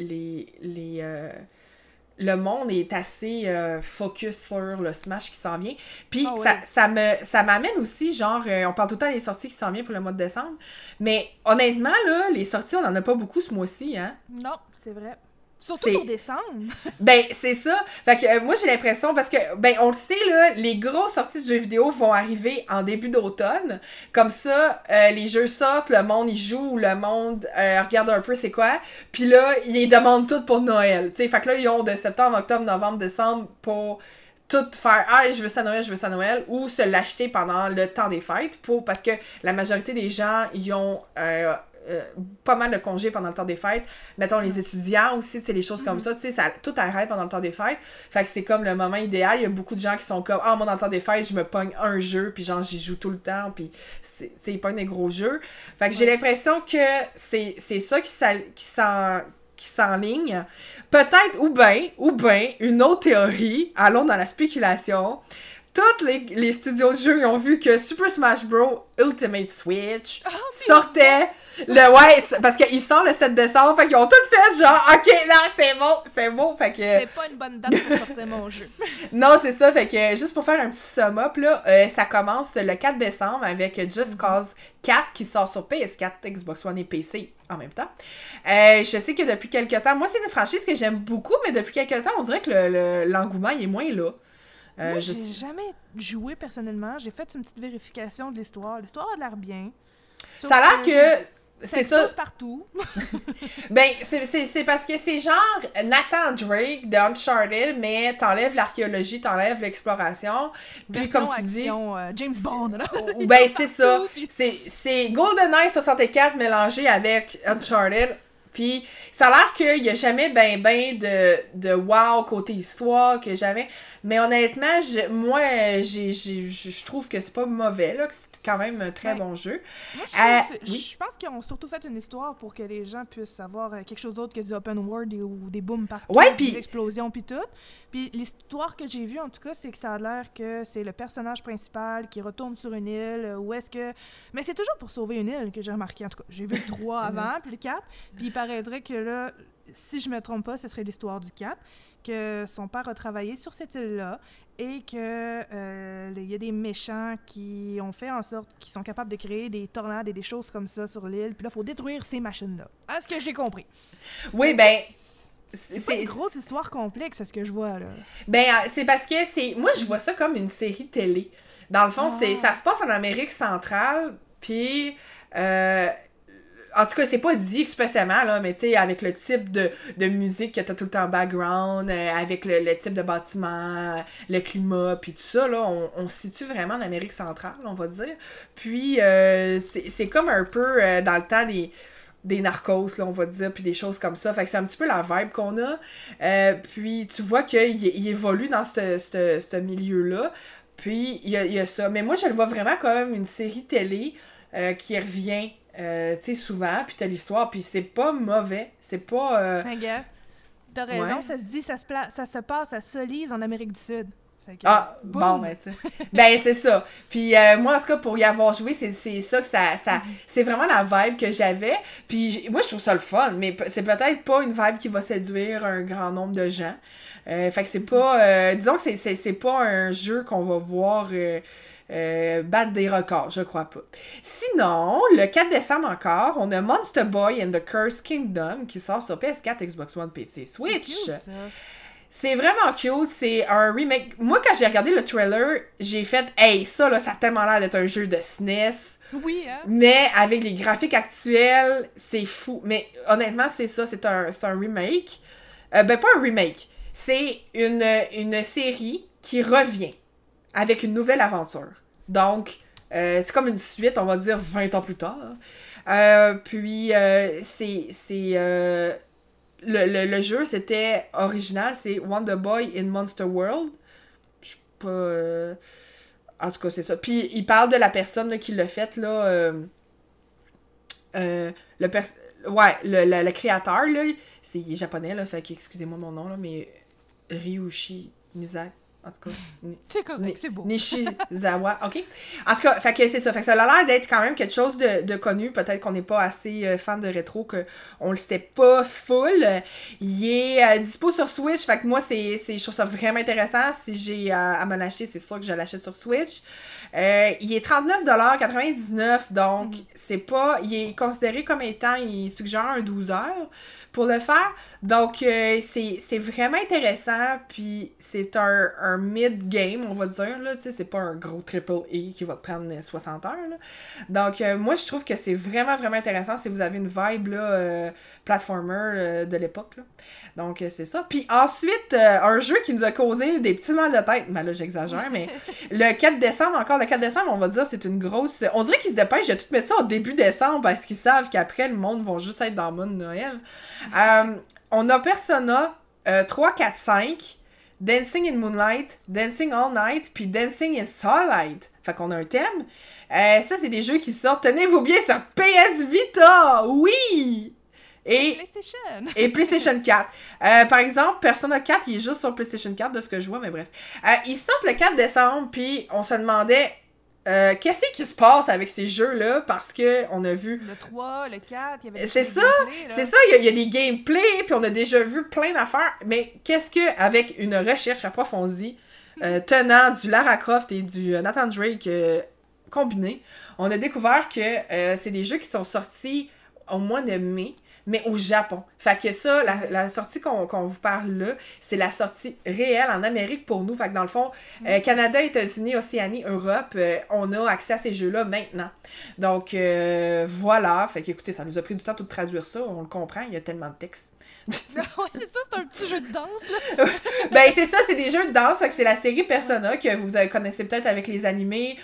S1: le monde est assez focus sur le Smash qui s'en vient. Puis
S2: Oh, oui.
S1: ça m'amène aussi, genre, on parle tout le temps des sorties qui s'en viennent pour le mois de décembre, mais honnêtement, là, les sorties, on en a pas beaucoup ce mois-ci, hein.
S2: Non, c'est vrai. Surtout
S1: C'est-
S2: pour décembre.
S1: Ben, c'est ça. Fait que moi, j'ai l'impression, parce que, ben, on le sait, là, les grosses sorties de jeux vidéo vont arriver en début d'automne. Comme ça, les jeux sortent, le monde, il joue, le monde regarde un peu c'est quoi. Puis là, ils les demandent toutes pour Noël. Tu sais, fait que là, ils ont de septembre, octobre, novembre, décembre pour tout faire « Ah, je veux ça à Noël » ou se l'acheter pendant le temps des fêtes parce que la majorité des gens, ils ont pas mal de congés pendant le temps des fêtes. Mettons, les étudiants aussi, tu sais, les choses comme ça, tu sais, ça, tout arrête pendant le temps des fêtes. Fait que c'est comme le moment idéal. Il y a beaucoup de gens qui sont comme « Ah, moi, dans le temps des fêtes, je me pogne un jeu, puis genre, j'y joue tout le temps, puis ils pognent des gros jeux. » Fait que j'ai l'impression que c'est ça qui s'enligne. Peut-être, ou bien, une autre théorie, allons dans la spéculation. Tous les studios de jeux, ils ont vu que Super Smash Bros. Ultimate Switch sortait parce qu'il sort le 7 décembre, fait qu'ils ont tout fait genre, ok, là, c'est bon, fait que...
S2: C'est pas une bonne date pour sortir mon jeu.
S1: Non, c'est ça, fait que juste pour faire un petit sum-up, là, ça commence le 4 décembre avec Just Cause 4 qui sort sur PS4, Xbox One et PC en même temps. Je sais que depuis quelques temps, moi c'est une franchise que j'aime beaucoup, mais depuis quelques temps, on dirait que l'engouement il est moins là.
S2: Moi,
S1: je
S2: j'ai jamais joué personnellement. J'ai fait une petite vérification de l'histoire. L'histoire a l'air bien. Sauf
S1: Ça a l'air que...
S2: ça
S1: C'est ça.
S2: explose partout.
S1: Ben, c'est parce que c'est genre Nathan Drake de Uncharted, mais t'enlèves l'archéologie, t'enlèves l'exploration. Puis comme tu dis...
S2: James Bond, là.
S1: Ben, c'est ça. C'est GoldenEye 64 mélangé avec Uncharted. Puis ça a l'air qu'il y a jamais ben de wow côté histoire, que jamais... Mais honnêtement, je trouve que c'est pas mauvais, là, que c'est quand même un très bon jeu.
S2: Moi,
S1: Oui.
S2: je pense qu'ils ont surtout fait une histoire pour que les gens puissent avoir quelque chose d'autre que du open world ou des booms partout,
S1: Ouais, puis...
S2: des explosions, puis tout. Puis l'histoire que j'ai vue, en tout cas, c'est que ça a l'air que c'est le personnage principal qui retourne sur une île, où est-ce que... Mais c'est toujours pour sauver une île que j'ai remarqué, en tout cas. J'ai vu le 3 avant, puis le 4, puis il paraîtrait que là... Si je me trompe pas, ce serait l'histoire du 4, que son père a travaillé sur cette île-là et que il y a des méchants qui ont fait en sorte qu'ils sont capables de créer des tornades et des choses comme ça sur l'île. Puis là, il faut détruire ces machines-là. À ce que j'ai compris.
S1: Oui, ben...
S2: C'est pas une grosse histoire complexe, c'est ce que je vois, là.
S1: Ben, c'est parce que c'est... Moi, je vois ça comme une série télé. Dans le fond, ça se passe en Amérique centrale, puis... En tout cas, c'est pas dit expressément, là, mais tu sais, avec le type de musique que t'as tout le temps en background, avec le type de bâtiment, le climat, puis tout ça, là, on se situe vraiment en Amérique centrale, on va dire. Puis, c'est comme un peu dans le temps des narcos, là, on va dire, puis des choses comme ça. Fait que c'est un petit peu la vibe qu'on a. Puis, tu vois qu'il évolue dans ce milieu-là. Puis, il y a ça. Mais moi, je le vois vraiment comme une série télé qui revient... tu sais, souvent, puis t'as l'histoire, puis c'est pas mauvais, c'est pas...
S2: Gars, t'as raison, ça se dit, ça se passe à Solise, en Amérique du Sud. Fait que,
S1: boum. Bon, ben, tu sais. Ben, c'est ça. Puis moi, en tout cas, pour y avoir joué, c'est ça que ça c'est vraiment la vibe que j'avais. Puis moi, je trouve ça le fun, mais c'est peut-être pas une vibe qui va séduire un grand nombre de gens. Fait que c'est pas... disons que c'est pas un jeu qu'on va voir... battre des records, je crois pas. Sinon, le 4 décembre encore, on a Monster Boy and the Cursed Kingdom qui sort sur PS4, Xbox One, PC, Switch. C'est cute, ça. C'est vraiment cute, c'est un remake. Moi, quand j'ai regardé le trailer, j'ai fait « Hey, ça, là, ça a tellement l'air d'être un jeu de SNES. »
S2: Oui, hein?
S1: Mais avec les graphiques actuels, c'est fou. Mais honnêtement, c'est ça, c'est un remake. Ben, pas un remake. C'est une série qui revient avec une nouvelle aventure. Donc, c'est comme une suite, on va dire, 20 ans plus tard. Puis, le jeu, c'était original, c'est Wonder Boy in Monster World. Je sais pas... en tout cas, c'est ça. Puis, il parle de la personne là, qui l'a fait, là... le créateur, là, il est japonais, là, fait que, excusez-moi mon nom, là, mais Ryushi Mizaki. En tout cas,
S2: c'est correct, c'est beau.
S1: Nishizawa, OK? En tout cas, fait que c'est ça. Fait que ça a l'air d'être quand même quelque chose de connu. Peut-être qu'on n'est pas assez fan de rétro, qu'on le sait pas full. Il est dispo sur Switch. Fait que moi, je trouve ça vraiment intéressant. Si j'ai à m'en acheter, c'est sûr que je l'achète sur Switch. Il est 39,99$. Donc, c'est pas... Il est considéré comme étant... Il suggère un 12 heures pour le faire. Donc, c'est vraiment intéressant. Puis, c'est un mid-game, on va dire, là, tu sais, c'est pas un gros triple A qui va te prendre 60 heures, là. Donc, moi, je trouve que c'est vraiment, vraiment intéressant si vous avez une vibe, là, platformer de l'époque, là. Donc, c'est ça. Puis ensuite, un jeu qui nous a causé des petits mal de tête, ben là, j'exagère, mais le 4 décembre, on va dire, c'est une grosse... On dirait qu'ils se dépêchent de tout mettre ça au début décembre parce qu'ils savent qu'après, le monde va juste être dans le mode Noël. On a Persona 3, 4, 5... Dancing in Moonlight, Dancing All Night, puis Dancing in Starlight. Fait qu'on a un thème. Ça, c'est des jeux qui sortent, tenez-vous bien, sur PS Vita! Oui! Et PlayStation 4. Par exemple, Persona 4, il est juste sur PlayStation 4, de ce que je vois, mais bref. Ils sortent le 4 décembre, puis on se demandait... qu'est-ce qui se passe avec ces jeux-là? Parce que on a vu...
S2: Le 3, le 4, il y avait des
S1: c'est ça, il y a des gameplays, puis on a déjà vu plein d'affaires. Mais qu'est-ce que, avec une recherche approfondie, tenant du Lara Croft et du Nathan Drake combiné, on a découvert que c'est des jeux qui sont sortis au mois de mai, mais au Japon. Fait que ça, la sortie qu'on vous parle là, c'est la sortie réelle en Amérique pour nous. Fait que dans le fond, Canada, États-Unis, Océanie, Europe, on a accès à ces jeux-là maintenant. Donc, voilà. Fait que écoutez, ça nous a pris du temps de traduire ça. On le comprend, il y a tellement de textes.
S2: Ouais, c'est ça, c'est un petit jeu de danse, là.
S1: Ben, c'est ça, c'est des jeux de danse. Fait que c'est la série Persona que vous connaissez peut-être avec les animés.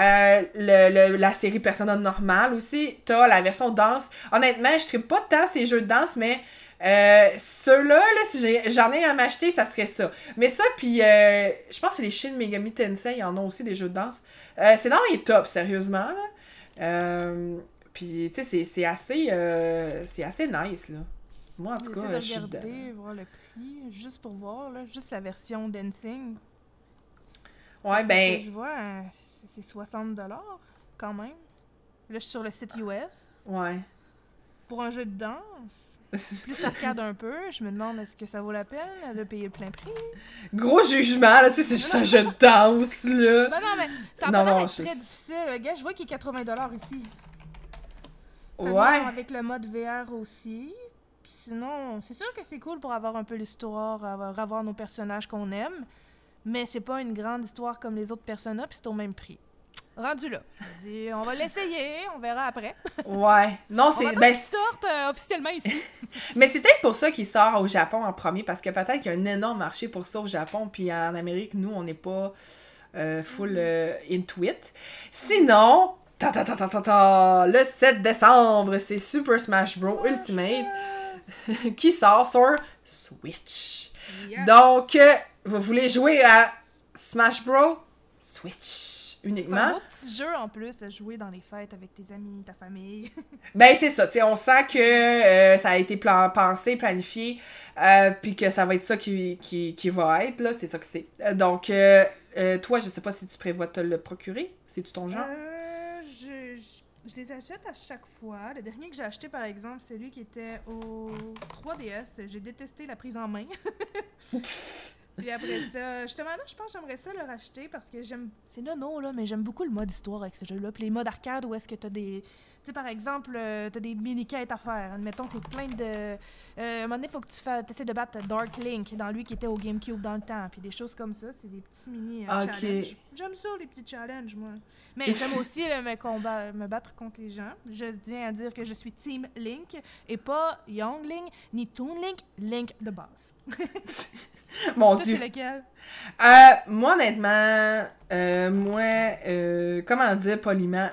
S1: La série Persona normale aussi. T'as la version danse. Honnêtement, je tripe pas tant ces jeux de danse, mais ceux-là, là, si j'en ai à m'acheter, ça serait ça. Mais ça, puis je pense que les Shin Megami Tensei, ils en ont aussi des jeux de danse. C'est dans les tops, sérieusement, là. Puis, tu sais, c'est assez nice, là. Moi, en tout cas, je suis dedans.
S2: Je vais regarder, voir le prix, juste pour voir, là, juste la version dancing.
S1: Ouais, ben...
S2: Je vois, c'est 60$ quand même. Là, je suis sur le site US.
S1: Ouais.
S2: Pour un jeu de danse, plus arcade un peu, je me demande est-ce que ça vaut la peine de payer le plein prix?
S1: Gros jugement, là, tu sais, c'est juste un jeu de danse, là.
S2: Non, mais ça va pas être très difficile. Le gars, je vois qu'il est 80$ ici. Ça vient avec le mode VR aussi. Sinon, c'est sûr que c'est cool pour avoir un peu l'histoire, avoir nos personnages qu'on aime, mais c'est pas une grande histoire comme les autres Persona, puis c'est au même prix. Rendu là, je me dis, on va l'essayer, on verra après.
S1: Ouais. Non, c'est...
S2: On va qu'ils sortent officiellement ici.
S1: Mais c'est peut-être pour ça qu'il sort au Japon en premier, parce que peut-être qu'il y a un énorme marché pour ça au Japon, puis en Amérique, nous, on n'est pas full into it. Sinon... Le 7 décembre, c'est Super Smash Bros. Ultimate qui sort sur Switch. Yes. Donc, vous voulez jouer à Smash Bros. Switch uniquement.
S2: C'est un beau petit jeu en plus à jouer dans les fêtes avec tes amis, ta famille.
S1: Ben, c'est ça. On sent que ça a été pensé, planifié, puis que ça va être ça qui va être, là. C'est ça que c'est. Donc, toi, je sais pas si tu prévois te le procurer. C'est-tu ton genre?
S2: Je les achète à chaque fois. Le dernier que j'ai acheté, par exemple, c'est celui qui était au 3DS. J'ai détesté la prise en main. Puis après ça, justement là, je pense que j'aimerais ça le racheter parce que j'aime... C'est nono, là, mais j'aime beaucoup le mode histoire avec ce jeu-là. Puis les modes arcade où est-ce que t'as des... Tu sais, par exemple, t'as des mini-quêtes à faire. Admettons, c'est plein de... à un moment donné, il faut que tu essaies de battre Dark Link dans lui qui était au GameCube dans le temps. Puis des choses comme ça, c'est des petits mini-challenges. J'aime ça, les petits challenges, moi. Mais j'aime aussi me battre contre les gens. Je tiens à dire que je suis Team Link et pas Young Link, ni Toon Link, Link de base.
S1: Mon
S2: Dieu. C'est lequel?
S1: Moi, honnêtement, comment dire poliment?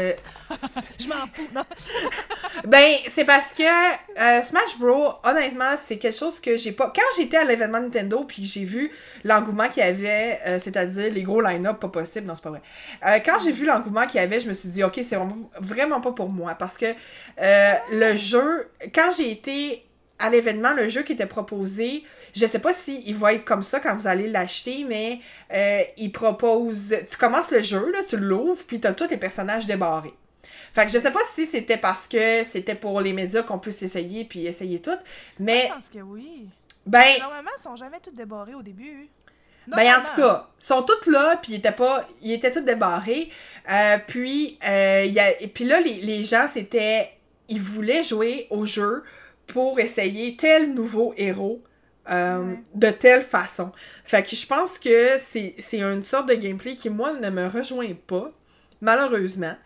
S2: Je m'en fous, non?
S1: Ben, c'est parce que Smash Bros, honnêtement, c'est quelque chose que j'ai pas... Quand j'étais à l'événement Nintendo, puis j'ai vu l'engouement qu'il y avait, c'est-à-dire les gros line-up, pas possible, non, c'est pas vrai. Quand j'ai vu l'engouement qu'il y avait, je me suis dit, OK, c'est vraiment pas pour moi, parce que le jeu... Quand j'ai été à l'événement, le jeu qui était proposé... Je sais pas s'il va être comme ça quand vous allez l'acheter, mais il propose... Tu commences le jeu, là, tu l'ouvres, puis t'as tous les personnages débarrés. Fait que je sais pas si c'était parce que c'était pour les médias qu'on puisse essayer, puis essayer tout, mais...
S2: Je pense que oui.
S1: Ben...
S2: Normalement, ils sont jamais tous débarrés au début.
S1: Ben, en tout cas, ils sont tous là, puis ils étaient tous débarrés. Puis là, les gens, c'était... Ils voulaient jouer au jeu pour essayer tel nouveau héros. De telle façon. Fait que je pense que c'est une sorte de gameplay qui, moi, ne me rejoint pas, malheureusement.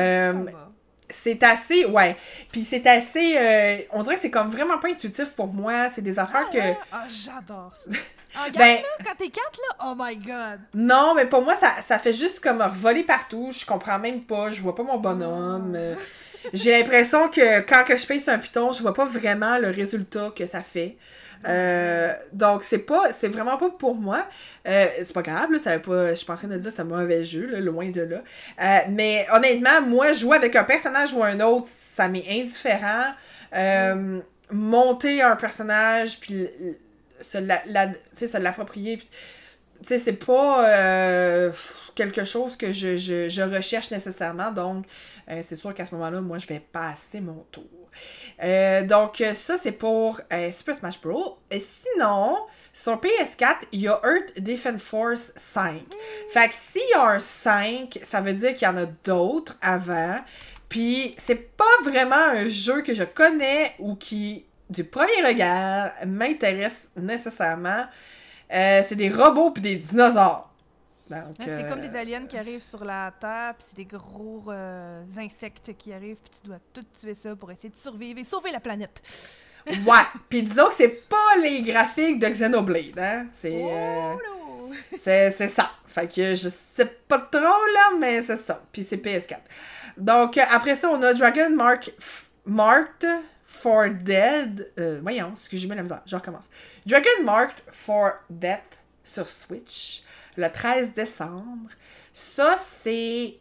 S1: C'est assez... Ouais. Puis c'est assez... on dirait que c'est comme vraiment pas intuitif pour moi. C'est des affaires que...
S2: Ah, j'adore ça. Regarde, quand t'es 4, là, oh my god!
S1: Non, mais pour moi, ça fait juste comme voler partout. Je comprends même pas. Je vois pas mon bonhomme. J'ai l'impression que quand je pèse un piton, je vois pas vraiment le résultat que ça fait. Donc c'est vraiment pas pour moi. C'est pas grave, là, ça veut pas, je suis pas en train de dire que c'est un mauvais jeu, là, loin de là. Mais honnêtement, moi, jouer avec un personnage ou un autre, ça m'est indifférent. Monter un personnage, puis se l'approprier, tu sais, c'est pas quelque chose que je recherche nécessairement, donc c'est sûr qu'à ce moment-là, moi, je vais passer mon tour. Donc, ça, c'est pour Super Smash Bros. Et sinon, sur PS4, il y a Earth Defense Force 5. Fait que s'il y a un 5, ça veut dire qu'il y en a d'autres avant. Puis c'est pas vraiment un jeu que je connais ou qui, du premier regard, m'intéresse nécessairement. C'est des robots puis des dinosaures. Donc,
S2: c'est comme des aliens qui arrivent sur la Terre, puis c'est des gros insectes qui arrivent, puis tu dois tout tuer ça pour essayer de survivre et sauver la planète.
S1: Ouais, puis disons que c'est pas les graphiques de Xenoblade, hein? C'est ça. Fait que je sais pas trop, là, mais c'est ça. Puis c'est PS4. Donc, après ça, on a Dragon Marked for Dead. Voyons, excusez-moi la misère, je recommence. Dragon Marked for Death sur Switch, le 13 décembre. Ça, c'est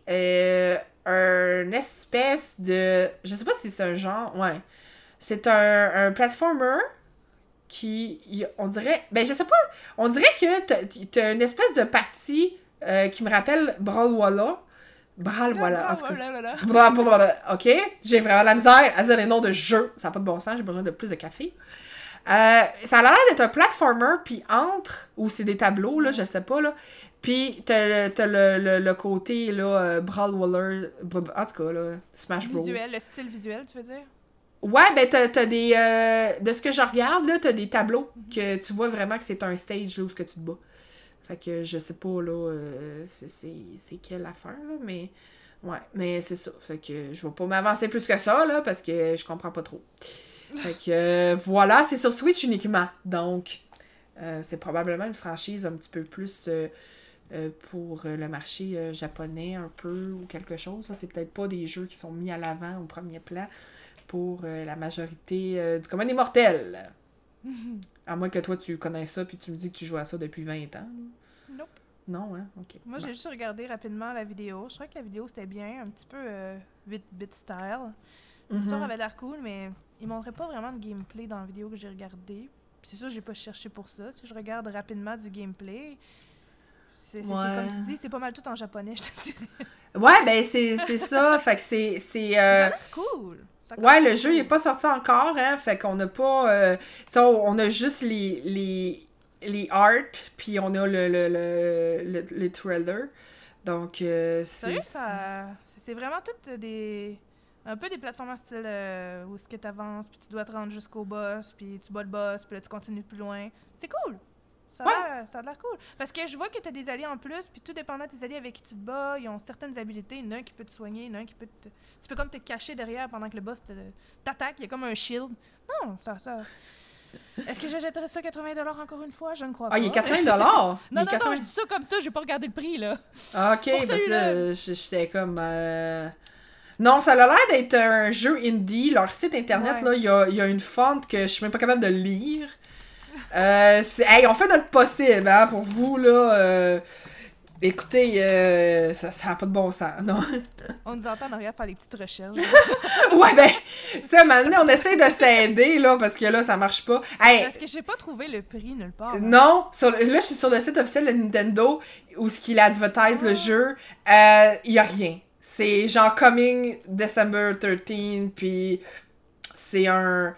S1: un espèce de... Je sais pas si c'est un genre... Ouais. C'est un platformer qui... On dirait... Ben, je sais pas. On dirait que t'as une espèce de partie qui me rappelle Brawlhalla. Brawlhalla. OK? J'ai vraiment la misère à dire les noms de jeux. Ça n'a pas de bon sens. J'ai besoin de plus de café. Ça a l'air d'être un platformer, puis entre... Ou c'est des tableaux, là, je sais pas, là. Puis t'as le côté, là, Brawlhalla... En tout cas, là, Smash Bros.
S2: Visuel, le style visuel, tu veux dire?
S1: Ouais, ben t'as des... de ce que je regarde, là, t'as des tableaux que tu vois vraiment que c'est un stage, là, où ce que tu te bats. Fait que je sais pas, là, c'est quelle affaire, là, mais... Ouais, mais c'est ça. Fait que je vais pas m'avancer plus que ça, là, parce que je comprends pas trop. Fait que voilà, c'est sur Switch uniquement. Donc, c'est probablement une franchise un petit peu plus pour le marché japonais, un peu, ou quelque chose. Ça, c'est peut-être pas des jeux qui sont mis à l'avant au premier plan pour la majorité du commun des mortels. À moins que toi, tu connais ça puis tu me dis que tu joues à ça depuis 20 ans.
S2: Nope.
S1: Non, hein? OK.
S2: Moi, j'ai juste regardé rapidement la vidéo. Je trouvais que la vidéo, c'était bien, un petit peu 8-bit style. L'histoire avait l'air cool, mais il montrait pas vraiment de gameplay dans la vidéo que j'ai regardée. Puis c'est ça, j'ai pas cherché pour ça. Si je regarde rapidement du gameplay, c'est comme tu dis, c'est pas mal tout en japonais, je te dirais.
S1: Ouais, ben c'est ça. Fait que c'est
S2: ça a l'air cool.
S1: Ouais, le jeu, il est pas sorti encore, hein. Fait qu'on a pas... on a juste les arts, puis on a le trailer. Donc,
S2: Sérieux, c'est vraiment toutes des... Un peu des plateformes en style où est-ce que tu avances, puis tu dois te rendre jusqu'au boss, puis tu bats le boss, puis là tu continues plus loin. C'est cool! Ça a l'air cool. Parce que je vois que tu as des alliés en plus, puis tout dépendant de tes alliés avec qui tu te bats, ils ont certaines habilités. Il y en a un qui peut te soigner, il y en a un qui peut te... Tu peux comme te cacher derrière pendant que le boss t'attaque. Il y a comme un shield. Non, ça... Est-ce que j'achèterais ça 80$ encore une fois? Je ne crois pas.
S1: Ah, il est 80$?
S2: non, je dis ça comme ça, j'ai pas regardé le prix, là.
S1: Ah, OK, parce que là, j'étais comme... Non, ça a l'air d'être un jeu indie. Leur site internet, là, il y a une fonte que je suis même pas capable de lire. Hey, on fait notre possible, hein, pour vous, là. Écoutez, ça n'a pas de bon sens, non?
S2: On nous entend en arrière faire des petites recherches.
S1: Ouais, ben, ça, maintenant, on essaie de s'aider, là, parce que là, ça marche pas. Hey,
S2: parce que j'ai pas trouvé le prix nulle part. Hein.
S1: Non, là, je suis sur le site officiel de Nintendo, où ce qu'il advertise le jeu, il y a rien. C'est genre Coming December 13, puis c'est un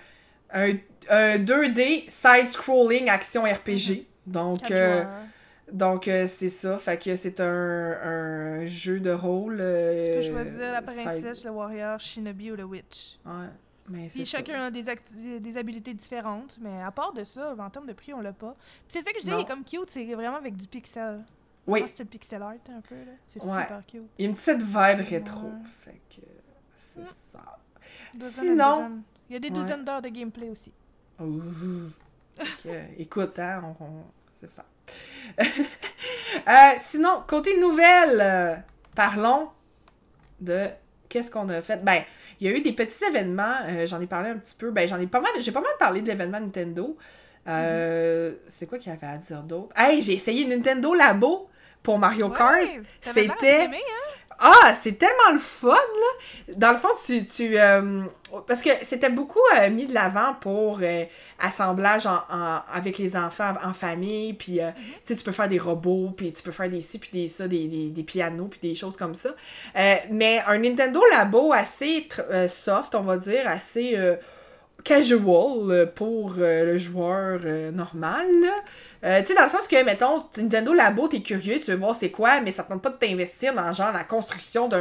S1: 2D side-scrolling action RPG. Donc, c'est ça. Fait que c'est un jeu de rôle.
S2: Tu peux choisir la princesse, le warrior, shinobi ou le witch.
S1: Ouais, mais c'est
S2: puis chacun a des habilités différentes, mais à part de ça, en termes de prix, on l'a pas. Puis c'est ça que je dis, il est comme cute, c'est vraiment avec du pixel.
S1: Oui.
S2: C'est le pixel art un peu, là. C'est super cute.
S1: Il y a une petite vibe rétro. Fait que c'est ça. Sinon...
S2: Il y a des douzaines d'heures de gameplay aussi.
S1: Écoute, hein, c'est ça. Sinon, côté nouvelles, parlons de qu'est-ce qu'on a fait. Ben, il y a eu des petits événements, j'en ai parlé un petit peu. Ben, j'ai pas mal parlé de l'événement Nintendo. C'est quoi qu'il y avait à dire d'autre? Hey, j'ai essayé Nintendo Labo pour Mario Kart. C'était... Ah, c'est tellement le fun, là! Dans le fond, parce que c'était beaucoup mis de l'avant pour assemblage avec les enfants en famille, puis tu peux faire des robots, puis tu peux faire des ci, puis des ça, des pianos, puis des choses comme ça. Mais un Nintendo Labo assez soft, on va dire, assez... casual pour le joueur normal. Tu sais, dans le sens que, mettons, Nintendo Labo, t'es curieux, tu veux voir c'est quoi, mais ça te tente pas de t'investir dans, genre, la construction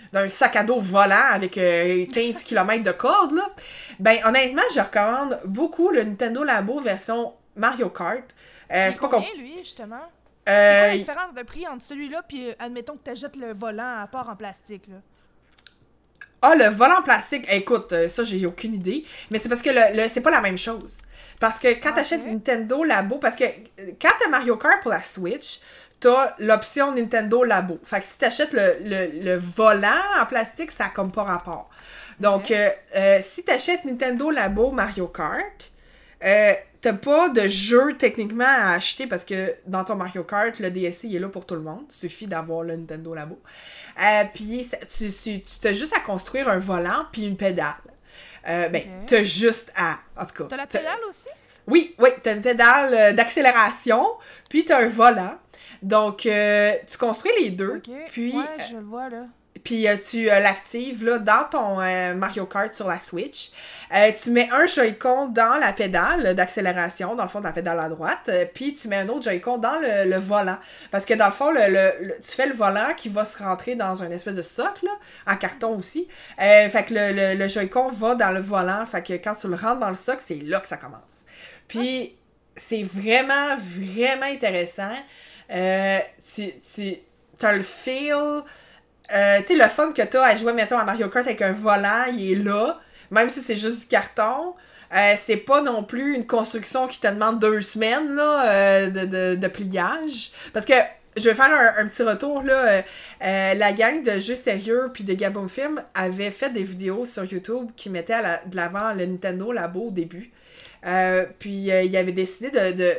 S1: d'un sac à dos volant avec 15 km de corde, là, ben honnêtement, je recommande beaucoup le Nintendo Labo version Mario Kart.
S2: C'est pas combien, lui, justement? C'est quoi la différence de prix entre celui-là puis admettons que tu achètes le volant à part en plastique, là?
S1: Ah, le volant en plastique, écoute, ça, j'ai aucune idée. Mais c'est parce que c'est pas la même chose. Parce que quand t'achètes Nintendo Labo, parce que quand t'as Mario Kart pour la Switch, t'as l'option Nintendo Labo. Fait que si t'achètes le volant en plastique, ça a comme pas rapport. Donc, si t'achètes Nintendo Labo Mario Kart, t'as pas de jeu techniquement à acheter parce que dans ton Mario Kart, le DLC il est là pour tout le monde. Il suffit d'avoir le Nintendo Labo. Puis tu t'as juste à construire un volant puis une pédale. T'as juste à... En tout cas...
S2: T'as la pédale aussi?
S1: Oui, t'as une pédale d'accélération, puis t'as un volant. Donc, tu construis les deux. Puis,
S2: ouais, je le vois, là.
S1: Puis tu l'actives là, dans ton Mario Kart sur la Switch. Tu mets un Joy-Con dans la pédale d'accélération, dans le fond de la pédale à droite, puis tu mets un autre Joy-Con dans le volant. Parce que dans le fond, tu fais le volant qui va se rentrer dans une espèce de socle, là, en carton aussi. Fait que le Joy-Con va dans le volant, fait que quand tu le rentres dans le socle, c'est là que ça commence. Puis c'est vraiment, vraiment intéressant. T'as le feel... tu sais, le fun que t'as à jouer, mettons, à Mario Kart avec un volant, il est là. Même si c'est juste du carton. C'est pas non plus une construction qui te demande 2 semaines, là, de pliage. Parce que, je vais faire un petit retour, là. La gang de Jeux Sérieux puis de Gabon Film avait fait des vidéos sur YouTube qui mettaient de l'avant le Nintendo Labo au début. Puis, il avait décidé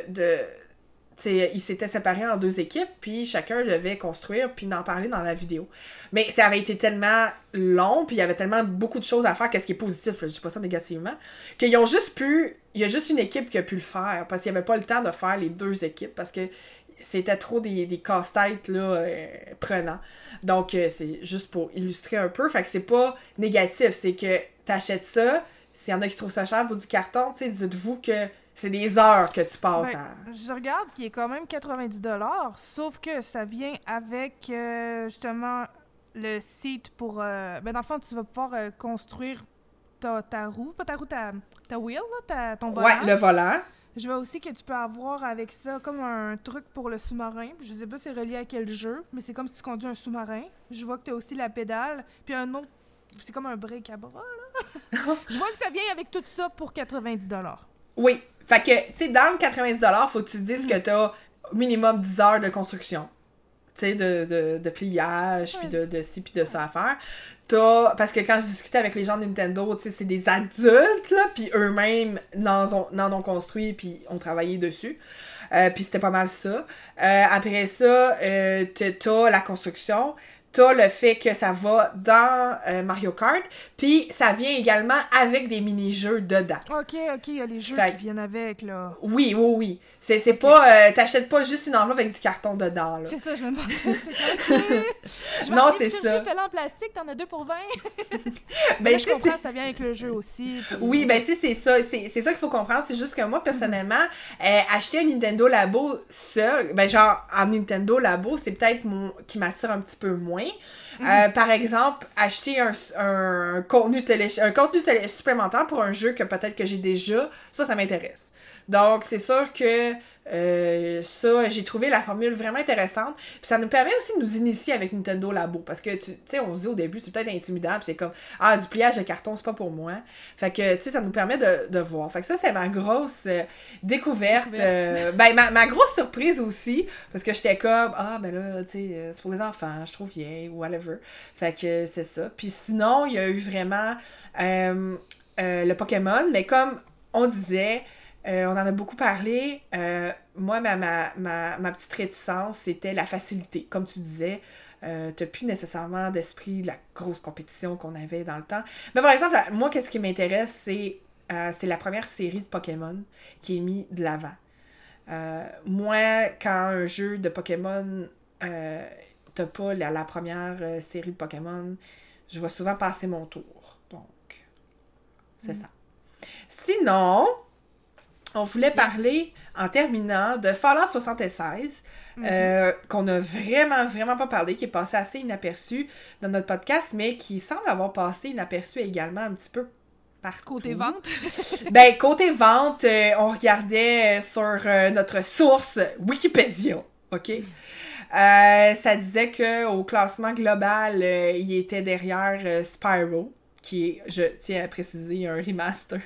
S1: ils s'étaient séparés en 2 équipes, puis chacun devait construire, puis d'en parler dans la vidéo. Mais ça avait été tellement long, puis il y avait tellement beaucoup de choses à faire, qu'est-ce qui est positif, là, je dis pas ça négativement, qu'ils ont juste pu... Il y a juste une équipe qui a pu le faire, parce qu'il n'y avait pas le temps de faire les 2 équipes, parce que c'était trop des casse-têtes, là, prenants. Donc, c'est juste pour illustrer un peu, fait que c'est pas négatif, c'est que t'achètes ça, s'il y en a qui trouvent ça cher pour du carton, tu sais, dites-vous que c'est des heures que tu passes à...
S2: Je regarde qu'il est quand même 90$, sauf que ça vient avec, justement, le site pour... dans le fond, tu vas pouvoir construire ta roue, pas ta roue, ta wheel, là, ton volant.
S1: Ouais, le volant.
S2: Je vois aussi que tu peux avoir avec ça comme un truc pour le sous-marin. Je sais pas c'est relié à quel jeu, mais c'est comme si tu conduis un sous-marin. Je vois que tu as aussi la pédale, puis un autre... C'est comme un break à bras, là. Je vois que ça vient avec tout ça pour 90$.
S1: Oui. Fait que, tu sais, dans le 90$, faut que tu te dises que t'as minimum 10 heures de construction. Tu sais, de pliage, puis de ci, puis de ça à faire. Parce que quand je discutais avec les gens de Nintendo, tu sais, c'est des adultes, là, puis eux-mêmes n'en ont construit, puis ont travaillé dessus. Puis c'était pas mal ça. Après ça, t'as la construction. T'as le fait que ça va dans Mario Kart, puis ça vient également avec des mini-jeux dedans.
S2: OK, il y a les jeux qui viennent avec, là.
S1: Oui. C'est pas... t'achètes pas juste une enveloppe avec du carton dedans, là.
S2: C'est ça, je me demandais.
S1: Non, c'est ça.
S2: Juste là en plastique, t'en as 2 pour 20.
S1: Ben,
S2: je comprends, ça vient avec le jeu aussi. Puis...
S1: Oui, ben si, c'est ça. C'est ça qu'il faut comprendre. C'est juste que moi, personnellement, acheter un Nintendo Labo seul, ben genre, en Nintendo Labo, c'est peut-être qui m'attire un petit peu moins. Par exemple, acheter un contenu supplémentaire pour un jeu que peut-être que j'ai déjà, ça m'intéresse. Donc, c'est sûr que ça, j'ai trouvé la formule vraiment intéressante. Puis ça nous permet aussi de nous initier avec Nintendo Labo. Parce que, tu sais, on se dit au début, c'est peut-être intimidant. Puis c'est comme, du pliage de carton, c'est pas pour moi. Fait que, tu sais, ça nous permet de voir. Fait que ça, c'est ma grosse découverte. Ma grosse surprise aussi. Parce que j'étais comme, ben là, tu sais, c'est pour les enfants, je trouve vieille, ou whatever. Fait que c'est ça. Puis sinon, il y a eu vraiment le Pokémon. Mais comme on disait... on en a beaucoup parlé. Moi, ma petite réticence, c'était la facilité. Comme tu disais, t'as plus nécessairement d'esprit de la grosse compétition qu'on avait dans le temps. Mais par exemple, moi, qu'est-ce qui m'intéresse, c'est la première série de Pokémon qui est mise de l'avant. Moi, quand un jeu de Pokémon, t'as pas la première série de Pokémon, je vais souvent passer mon tour. Donc, c'est ça. Sinon... on voulait parler, en terminant, de Fallout 76, qu'on a vraiment pas parlé, qui est passé assez inaperçu dans notre podcast, mais qui semble avoir passé inaperçu également un petit peu partout.
S2: Côté vente?
S1: Ben, côté vente, on regardait sur notre source Wikipédia, OK? Ça disait qu'au classement global, il était derrière Spyro, qui est, je tiens à préciser, un remaster.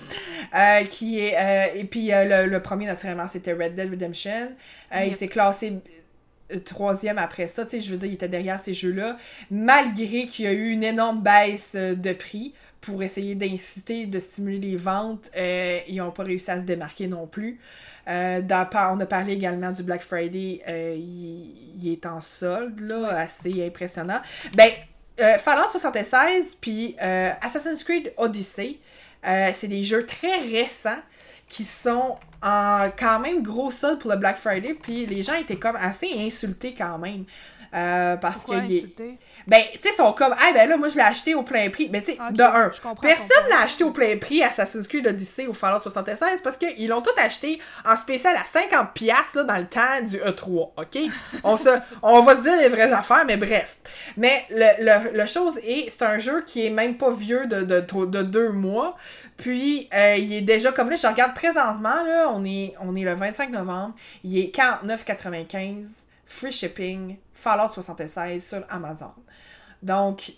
S1: Qui est, et puis le premier, naturellement, c'était Red Dead Redemption. Il s'est classé troisième après ça. Tu sais, je veux dire, il était derrière ces jeux-là. Malgré qu'il y a eu une énorme baisse de prix pour essayer d'inciter, de stimuler les ventes, ils n'ont pas réussi à se démarquer non plus. On a parlé également du Black Friday, il est en solde, là, assez impressionnant. Ben, Fallout 76 puis Assassin's Creed Odyssey, c'est des jeux très récents qui sont en quand même gros solde pour le Black Friday, puis les gens étaient comme assez insultés quand même. Parce
S2: Pourquoi
S1: que
S2: insultés?
S1: ben, tu sais, ils sont comme, hey, ben là, moi, je l'ai acheté au plein prix. Ben, tu sais, de un, personne l'a acheté au plein prix Assassin's Creed Odyssey ou Fallout 76 parce qu'ils l'ont tout acheté en spécial à 50$ là, dans le temps du E3, OK? On va se dire les vraies affaires, mais bref. Mais le chose est, c'est un jeu qui est même pas vieux de 2 mois. Puis, il est déjà, comme là, je regarde présentement, là, on est le 25 novembre, il est 49,95$, free shipping, Fallout 76 sur Amazon. Donc,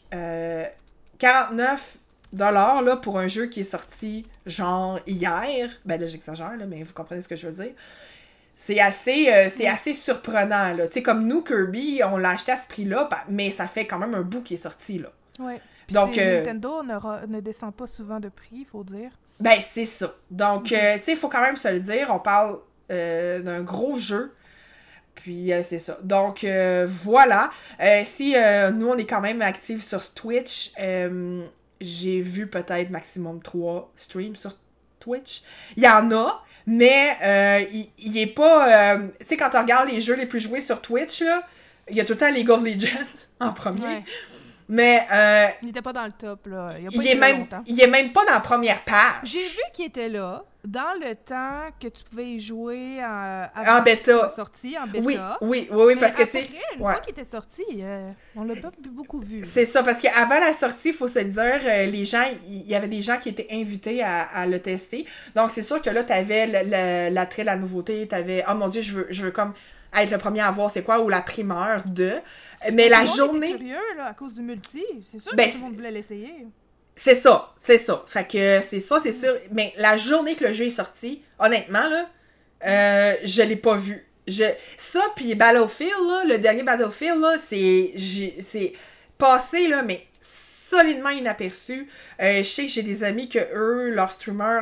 S1: 49$ là, pour un jeu qui est sorti genre hier. Ben là, j'exagère, là, mais vous comprenez ce que je veux dire. C'est assez surprenant, là. Tu sais, comme nous, Kirby, on l'a acheté à ce prix-là, mais ça fait quand même un bout qui est sorti, là.
S2: Ouais.
S1: Donc,
S2: Nintendo ne descend pas souvent de prix, il faut dire.
S1: Ben, c'est ça. Donc, tu sais, il faut quand même se le dire, on parle d'un gros jeu. Puis, c'est ça. Donc, voilà. Si nous, on est quand même actifs sur Twitch, j'ai vu peut-être maximum 3 streams sur Twitch. Il y en a, mais il est pas... tu sais, quand on regarde les jeux les plus joués sur Twitch, là, il y a tout le temps League of Legends en premier.
S2: Ouais.
S1: Mais...
S2: il était pas dans le top, là.
S1: Il est même pas dans la première page.
S2: J'ai vu qu'il était là, dans le temps que tu pouvais y jouer
S1: en bêta.
S2: Sorti, en bêta.
S1: Oui, parce que, tu sais...
S2: Une fois qu'il était sorti, on l'a pas beaucoup vu.
S1: C'est ça, parce qu'avant la sortie, il faut se le dire, les gens, il y avait des gens qui étaient invités à le tester. Donc, c'est sûr que là, t'avais l'attrait, la nouveauté, t'avais, oh mon Dieu, je veux comme être le premier à voir c'est quoi, ou la primeur de... Mais la journée...
S2: Était curieux, là, à cause du multi. C'est sûr
S1: ben,
S2: que tout le monde voulait l'essayer.
S1: C'est ça. Fait que c'est sûr. Mais la journée que le jeu est sorti, honnêtement, là, je l'ai pas vu. Ça, puis Battlefield, là, le dernier Battlefield, là, c'est passé, là, mais solidement inaperçu. Je sais que j'ai des amis que eux, leur streamer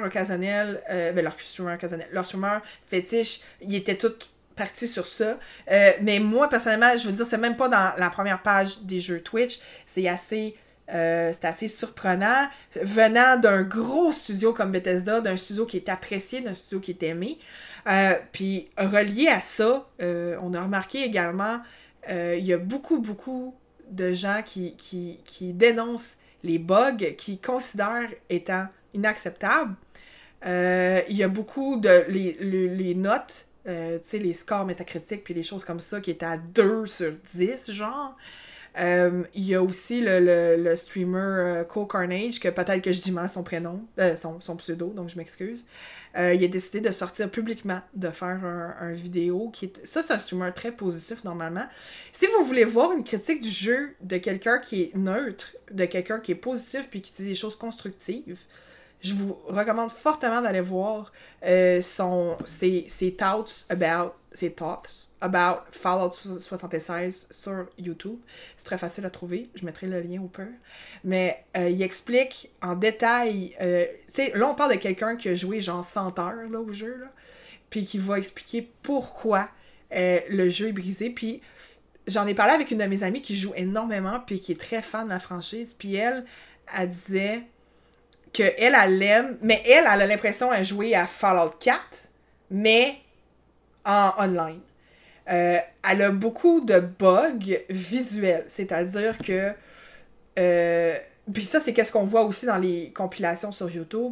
S1: fétiche, ils étaient tous partie sur ça. Mais moi, personnellement, je veux dire, c'est même pas dans la première page des jeux Twitch. C'est assez surprenant. Venant d'un gros studio comme Bethesda, d'un studio qui est apprécié, d'un studio qui est aimé. Puis, relié à ça, on a remarqué également, il y a beaucoup de gens qui dénoncent les bugs, qui considèrent étant inacceptables. Il y a beaucoup de... les notes... tu sais, les scores métacritiques puis les choses comme ça qui étaient à 2 sur 10, genre. Il y a aussi le streamer Cole Carnage, que peut-être que je dis mal son prénom, son pseudo, donc je m'excuse. Il a décidé de sortir publiquement, de faire un vidéo qui est... Ça, c'est un streamer très positif, normalement. Si vous voulez voir une critique du jeu de quelqu'un qui est neutre, de quelqu'un qui est positif puis qui dit des choses constructives, je vous recommande fortement d'aller voir ses thoughts about Fallout 76 sur YouTube. C'est très facile à trouver. Je mettrai le lien au pire. Mais il explique en détail... tu sais, là, on parle de quelqu'un qui a joué genre 100 heures là, au jeu, là, puis qui va expliquer pourquoi le jeu est brisé. Puis j'en ai parlé avec une de mes amies qui joue énormément puis qui est très fan de la franchise. Puis elle disait... qu'elle, elle l'aime, mais elle a l'impression de jouer à Fallout 4, mais en online. Elle a beaucoup de bugs visuels, c'est-à-dire que... puis ça, c'est qu'est-ce qu'on voit aussi dans les compilations sur YouTube.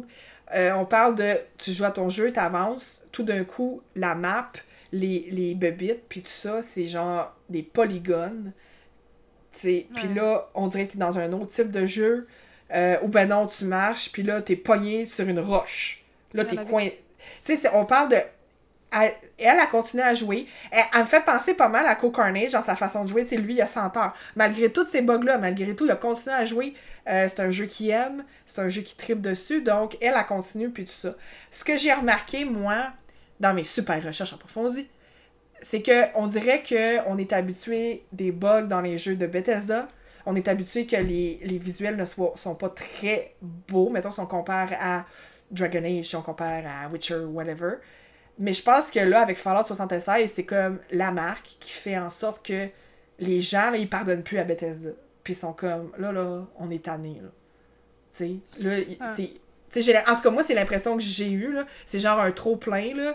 S1: on parle de, tu joues à ton jeu, t'avances, tout d'un coup, la map, les bebites, puis tout ça, c'est genre des polygones, tu sais, puis là, on dirait que t'es dans un autre type de jeu, ou ben non, tu marches, puis là, t'es pogné sur une roche. Là, t'es coincé. Tu sais, on parle de... Elle a continué à jouer. Elle me fait penser pas mal à Co-Carnage dans sa façon de jouer. Tu sais, lui, il a 100 heures. Malgré tous ces bugs-là, malgré tout, il a continué à jouer. C'est un jeu qu'il aime. C'est un jeu qui tripe dessus. Donc, elle a continué, puis tout ça. Ce que j'ai remarqué, moi, dans mes super recherches approfondies, c'est qu'on dirait qu'on est habitué des bugs dans les jeux de Bethesda. On est habitué que les visuels ne sont pas très beaux. Mettons, si on compare à Dragon Age, si on compare à Witcher, whatever. Mais je pense que là, avec Fallout 76, c'est comme la marque qui fait en sorte que les gens, là, ils pardonnent plus à Bethesda. Puis ils sont comme, là, on est tannés, là. Tu sais, là, en tout cas, moi, c'est l'impression que j'ai eue, là. C'est genre un trop-plein, là,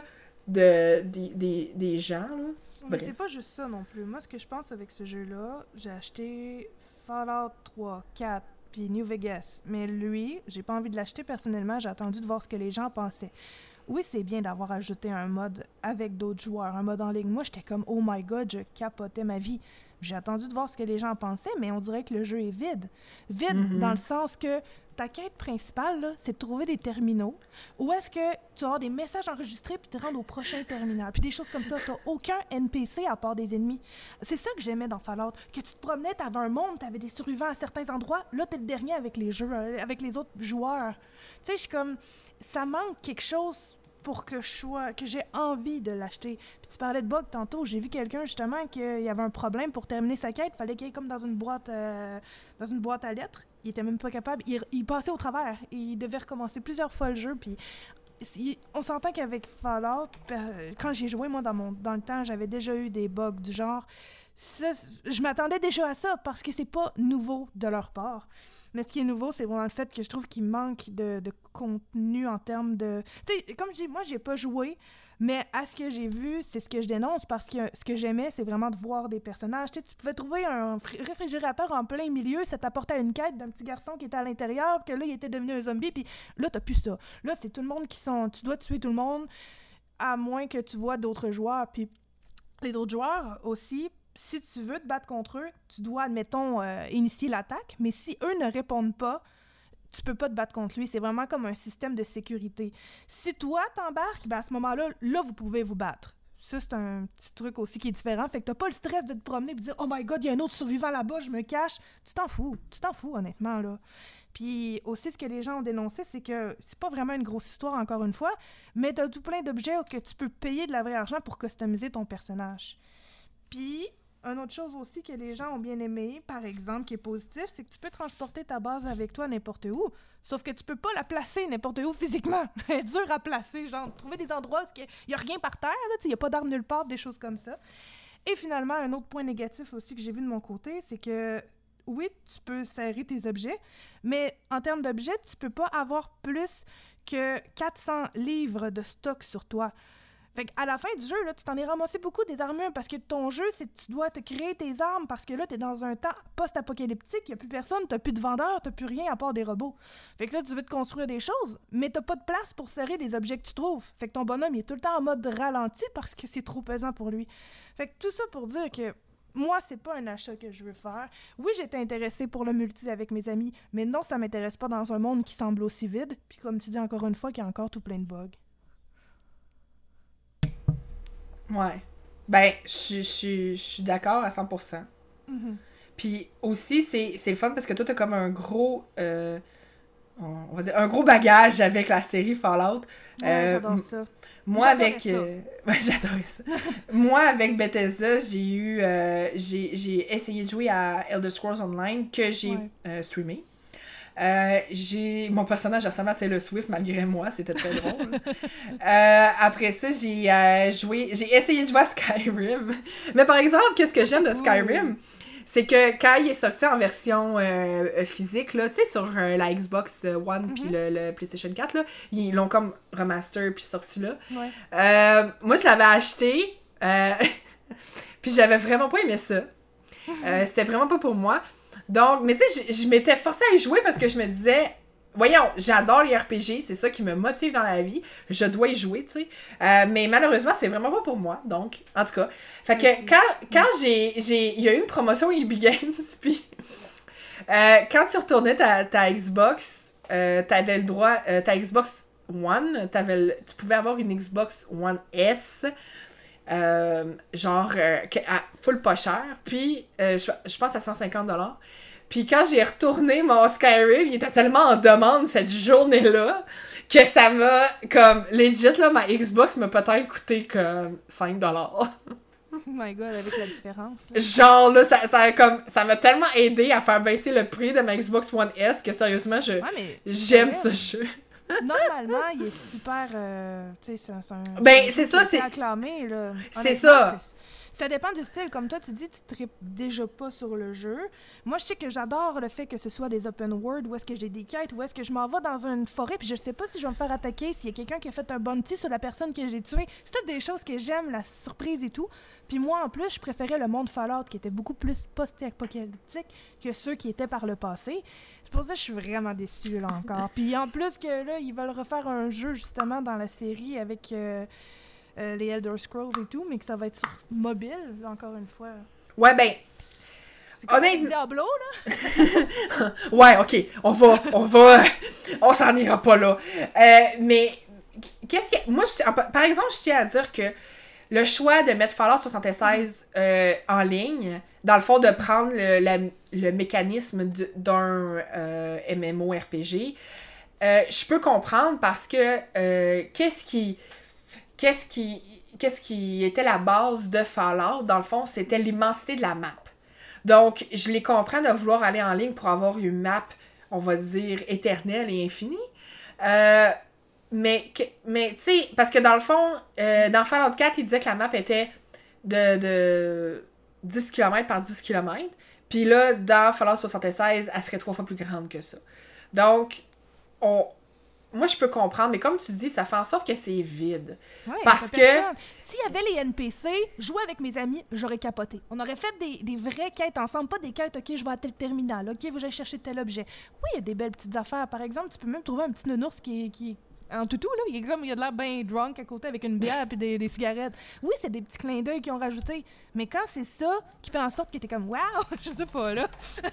S1: des gens, là.
S2: Mais c'est pas juste ça non plus. Moi, ce que je pense avec ce jeu-là, j'ai acheté Fallout 3, 4, puis New Vegas. Mais lui, j'ai pas envie de l'acheter personnellement, j'ai attendu de voir ce que les gens pensaient. Oui, c'est bien d'avoir ajouté un mode avec d'autres joueurs, un mode en ligne. Moi, j'étais comme « Oh my God, je capotais ma vie ». J'ai attendu de voir ce que les gens pensaient, mais on dirait que le jeu est vide. Vide dans le sens que ta quête principale, là, c'est de trouver des terminaux où est-ce que tu vas avoir des messages enregistrés puis te rendre au prochain terminal. Puis des choses comme ça. Tu n'as aucun NPC à part des ennemis. C'est ça que j'aimais dans Fallout. Que tu te promenais, tu avais un monde, tu avais des survivants à certains endroits. Là, tu es le dernier avec les jeux, avec les autres joueurs. Tu sais, je suis comme... Ça manque quelque chose pour que j'ai envie de l'acheter. Puis tu parlais de bug tantôt, j'ai vu quelqu'un justement qu'il y avait un problème pour terminer sa quête, il fallait qu'il aille comme dans une boîte à lettres. Il était même pas capable, il passait au travers, il devait recommencer plusieurs fois le jeu, puis on s'entend qu'avec Fallout, quand j'ai joué moi dans le temps, j'avais déjà eu des bugs du genre. Je m'attendais déjà à ça parce que c'est pas nouveau de leur part. Mais ce qui est nouveau, c'est vraiment le fait que je trouve qu'il manque de contenu en termes de... Tu sais, comme je dis, moi, j'ai pas joué, mais à ce que j'ai vu, c'est ce que je dénonce parce que ce que j'aimais, c'est vraiment de voir des personnages. Tu sais, tu pouvais trouver un réfrigérateur en plein milieu, ça t'apportait une quête d'un petit garçon qui était à l'intérieur, que là, il était devenu un zombie, puis là, t'as plus ça. Là, c'est tout le monde qui sont... Tu dois tuer tout le monde, à moins que tu vois d'autres joueurs. Puis les autres joueurs aussi... Si tu veux te battre contre eux, tu dois, admettons, initier l'attaque, mais si eux ne répondent pas, tu peux pas te battre contre lui. C'est vraiment comme un système de sécurité. Si toi t'embarques, ben à ce moment-là, là, vous pouvez vous battre. Ça, c'est un petit truc aussi qui est différent. Fait que t'as pas le stress de te promener et de dire « Oh my God, il y a un autre survivant là-bas, je me cache. » Tu t'en fous, honnêtement, là. Puis aussi, ce que les gens ont dénoncé, c'est que c'est pas vraiment une grosse histoire, encore une fois, mais t'as tout plein d'objets que tu peux payer de la vraie argent pour customiser ton personnage. Puis... Une autre chose aussi que les gens ont bien aimé, par exemple, qui est positif, c'est que tu peux transporter ta base avec toi n'importe où, sauf que tu peux pas la placer n'importe où physiquement. Elle est dure à placer, genre, trouver des endroits où il y a rien par terre, il y a pas d'armes nulle part, des choses comme ça. Et finalement, un autre point négatif aussi que j'ai vu de mon côté, c'est que, oui, tu peux serrer tes objets, mais en termes d'objets, tu peux pas avoir plus que 400 livres de stock sur toi. Fait qu'à la fin du jeu, là, tu t'en es ramassé beaucoup des armures parce que ton jeu, c'est que tu dois te créer tes armes parce que là, t'es dans un temps post-apocalyptique, il n'y a plus personne, t'as plus de vendeurs, t'as plus rien à part des robots. Fait que là, tu veux te construire des choses, mais t'as pas de place pour serrer les objets que tu trouves. Fait que ton bonhomme, il est tout le temps en mode ralenti parce que c'est trop pesant pour lui. Fait que tout ça pour dire que moi, c'est pas un achat que je veux faire. Oui, j'étais intéressée pour le multi avec mes amis, mais non, ça m'intéresse pas dans un monde qui semble aussi vide, puis comme tu dis encore une fois, qu'il y a encore tout plein de bugs.
S1: Ouais. Ben, je suis d'accord à 100%.
S2: Mm-hmm.
S1: Puis aussi, c'est le fun parce que toi, t'as comme un gros... on va dire un gros bagage avec la série Fallout.
S2: Ouais, j'adore ça.
S1: Moi, avec... ouais, j'adorais ça. Moi, avec Bethesda, j'ai essayé de jouer à Elder Scrolls Online que j'ai streamé. Mon personnage ressemble à Taylor Swift malgré moi, c'était très drôle. Après ça, j'ai essayé de jouer à Skyrim. Mais par exemple, qu'est-ce que j'aime de Skyrim? C'est que quand il est sorti en version physique, là, tu sais, sur la Xbox One puis le PlayStation 4, là, ils l'ont comme remaster puis sorti là.
S2: Ouais.
S1: Moi, je l'avais acheté, puis j'avais vraiment pas aimé ça. C'était vraiment pas pour moi. Donc, mais tu sais, je m'étais forcée à y jouer parce que je me disais, voyons, j'adore les RPG, c'est ça qui me motive dans la vie. Je dois y jouer, tu sais. Mais malheureusement, c'est vraiment pas pour moi, donc, en tout cas. Fait que quand il y a eu une promotion EB Games, puis quand tu retournais ta Xbox, t'avais le droit, ta Xbox One, tu pouvais avoir une Xbox One S, à full pas cher, puis je pense à 150$. Puis quand j'ai retourné mon Skyrim, il était tellement en demande cette journée-là que ça m'a, comme, legit, là, ma Xbox m'a peut-être coûté comme 5$.
S2: Oh my god, avec la différence. Là.
S1: Genre, là, ça m'a tellement aidé à faire baisser le prix de ma Xbox One S que, sérieusement, j'aime ce jeu.
S2: Normalement, il est super... tu sais, c'est un...
S1: Ben, c'est ça, c'est...
S2: acclamé, là.
S1: C'est ça.
S2: Ça dépend du style. Comme toi, tu dis, tu tripes déjà pas sur le jeu. Moi, je sais que j'adore le fait que ce soit des open world, où est-ce que j'ai des quêtes, où est-ce que je m'en vais dans une forêt, puis je sais pas si je vais me faire attaquer, s'il y a quelqu'un qui a fait un bounty sur la personne que j'ai tuée. C'est toutes des choses que j'aime, la surprise et tout. Puis moi, en plus, je préférais le monde Fallout, qui était beaucoup plus post-apocalyptique que ceux qui étaient par le passé. C'est pour ça que je suis vraiment déçue, là, encore. Puis en plus que, là, ils veulent refaire un jeu, justement, dans la série avec... les Elder Scrolls et tout, mais que ça va être sur mobile, là, encore une fois.
S1: Ouais, ben...
S2: C'est comme Diablo, là?
S1: Ouais, ok, on s'en ira pas là. Mais, moi, par exemple, je tiens à dire que le choix de mettre Fallout 76 en ligne, dans le fond, de prendre le mécanisme d'un MMORPG, je peux comprendre parce que qu'est-ce qui était la base de Fallout, dans le fond, c'était l'immensité de la map. Donc, je les comprends de vouloir aller en ligne pour avoir une map, on va dire, éternelle et infinie. Mais tu sais, parce que dans le fond, dans Fallout 4, il disait que la map était de 10 km par 10 km. Puis là, dans Fallout 76, elle serait 3 fois plus grande que ça. Donc, moi, je peux comprendre, mais comme tu dis, ça fait en sorte que c'est vide.
S2: Ouais,
S1: parce que...
S2: S'il y avait les NPC, jouer avec mes amis, j'aurais capoté. On aurait fait des vraies quêtes ensemble, pas des quêtes, OK, je vais à tel terminal, OK, faut que j'aille chercher tel objet. Oui, il y a des belles petites affaires. Par exemple, tu peux même trouver un petit nounours qui en toutou, là, il a de l'air bien drunk à côté avec une bière et des cigarettes. Oui, c'est des petits clins d'œil qu'ils ont rajoutés. Mais quand c'est ça qui fait en sorte que t'es comme « Wow! » Je sais pas, là.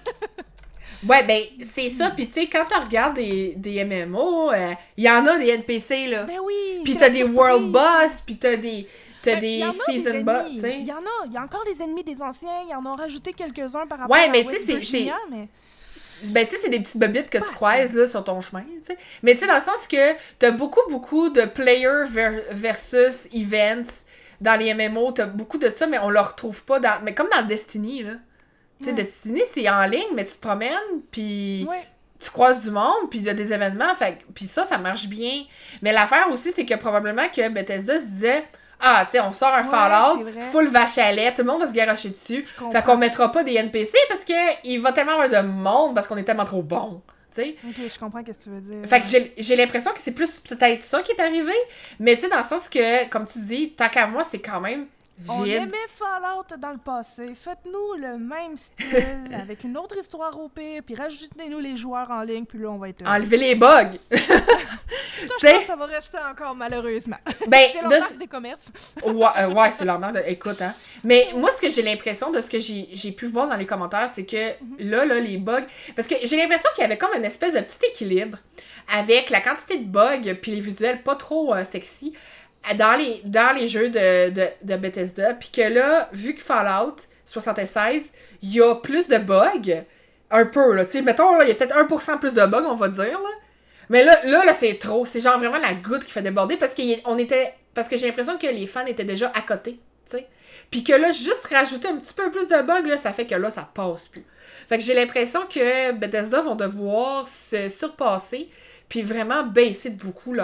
S1: Ouais, ben, c'est ça. Puis, tu sais, quand tu regardes des MMO, il y en a des NPC, là.
S2: Ben oui!
S1: Puis t'as des world boss, puis t'as des season boss, tu sais.
S2: Il y a encore des ennemis des anciens. Ils en ont rajouté quelques-uns par rapport
S1: à
S2: mais West Virginia, mais...
S1: Ben, tu sais, c'est des petites bobites que tu croises, là, sur ton chemin, tu sais. Mais, tu sais, dans le sens que t'as beaucoup de player versus events dans les MMO. T'as beaucoup de ça, mais on le retrouve pas dans... Mais comme dans Destiny, là. Tu sais, Destiny, c'est en ligne, mais tu te promènes, puis tu croises du monde, puis il y a des événements, puis ça marche bien. Mais l'affaire aussi, c'est que probablement que Bethesda se disait... Ah, tu sais, on sort un Fallout, full vache à lait, tout le monde va se garocher dessus. Fait qu'on mettra pas des NPC parce qu'il va tellement avoir de monde parce qu'on est tellement trop bon. T'sais.
S2: Ok, je comprends ce que tu veux dire.
S1: Fait que j'ai l'impression que c'est plus peut-être ça qui est arrivé, mais tu sais, dans le sens que, comme tu dis, tant qu'à moi, c'est quand même vide.
S2: On aimait Fallout dans le passé. Faites-nous le même style, avec une autre histoire au pire, puis rajoutez-nous les joueurs en ligne, puis là, on va être...
S1: Enlevez les bugs!
S2: Ça, je pense que ça va rester encore, malheureusement.
S1: Ben,
S2: c'est leur marque des commerces.
S1: Ouais, c'est leur marque de... Écoute, hein. Mais moi, ce que j'ai l'impression de ce que j'ai pu voir dans les commentaires, c'est que là, les bugs... Parce que j'ai l'impression qu'il y avait comme une espèce de petit équilibre avec la quantité de bugs puis les visuels pas trop sexy dans les jeux de Bethesda. Puis que là, vu que Fallout 76, il y a plus de bugs, un peu, là. Tu sais, mettons, là, il y a peut-être 1% plus de bugs, on va dire, là. Mais là, c'est trop. C'est genre vraiment la goutte qui fait déborder parce que j'ai l'impression que les fans étaient déjà à côté, tu sais. Puis que là, juste rajouter un petit peu plus de bugs, là, ça fait que là, ça passe plus. Fait que j'ai l'impression que Bethesda vont devoir se surpasser puis vraiment baisser de beaucoup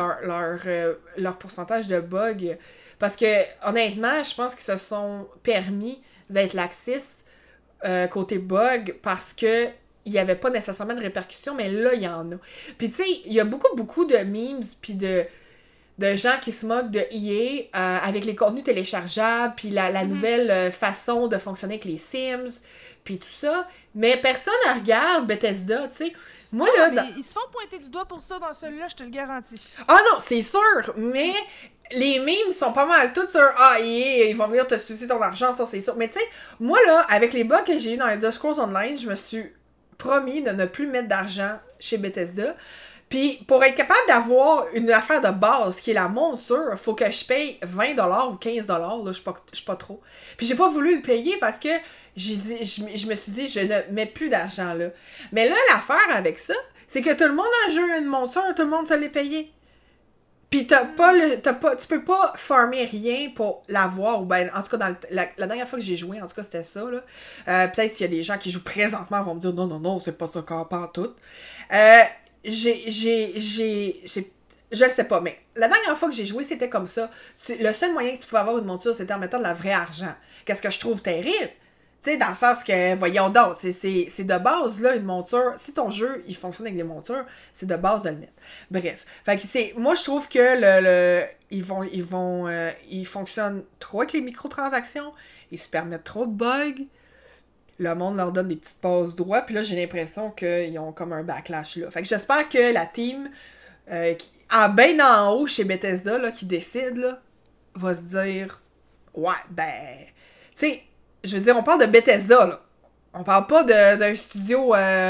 S1: leur pourcentage de bugs. Parce que, honnêtement, je pense qu'ils se sont permis d'être laxistes côté bugs parce que il n'y avait pas nécessairement de répercussions, mais là, il y en a. Puis, tu sais, il y a beaucoup de memes puis de gens qui se moquent de EA avec les contenus téléchargeables puis la nouvelle façon de fonctionner avec les Sims puis tout ça. Mais personne ne regarde Bethesda, tu sais. Moi,
S2: Ah,
S1: là...
S2: mais ils se font pointer du doigt pour ça dans celui-là, je te le garantis.
S1: Ah non, c'est sûr, mais les memes sont pas mal toutes sur « ils vont venir te sucer ton argent, ça c'est sûr. » Mais tu sais, moi là, avec les bugs que j'ai eu dans les Elder Scrolls Online, je me suis promis de ne plus mettre d'argent chez Bethesda. Puis pour être capable d'avoir une affaire de base qui est la monture, faut que je paye 20$ ou 15$, là, je suis pas trop. Puis j'ai pas voulu le payer parce que je me suis dit je ne mets plus d'argent là. Mais là, l'affaire avec ça, c'est que tout le monde a un jeu une monture, tout le monde se l'est payé. Pis tu peux pas farmer rien pour l'avoir, ou ben, en tout cas, dans la dernière fois que j'ai joué, en tout cas, c'était ça, là. Peut-être s'il y a des gens qui jouent présentement vont me dire, non, c'est pas ça encore, pas en tout. Je le sais pas, mais la dernière fois que j'ai joué, c'était comme ça. Le seul moyen que tu pouvais avoir une monture, c'était en mettant de la vraie argent. Qu'est-ce que je trouve terrible? Tu sais, dans le sens que, voyons donc, c'est de base, là, une monture. Si ton jeu, il fonctionne avec des montures, c'est de base de le mettre. Bref. Fait que moi, je trouve que ils fonctionnent trop avec les microtransactions. Ils se permettent trop de bugs. Le monde leur donne des petites passes droits. Puis là, j'ai l'impression qu'ils ont comme un backlash, là. Fait que j'espère que la team, bien en haut chez Bethesda, là, qui décide, là, va se dire, ouais, ben, tu sais, je veux dire, on parle de Bethesda, là. On parle pas d'un studio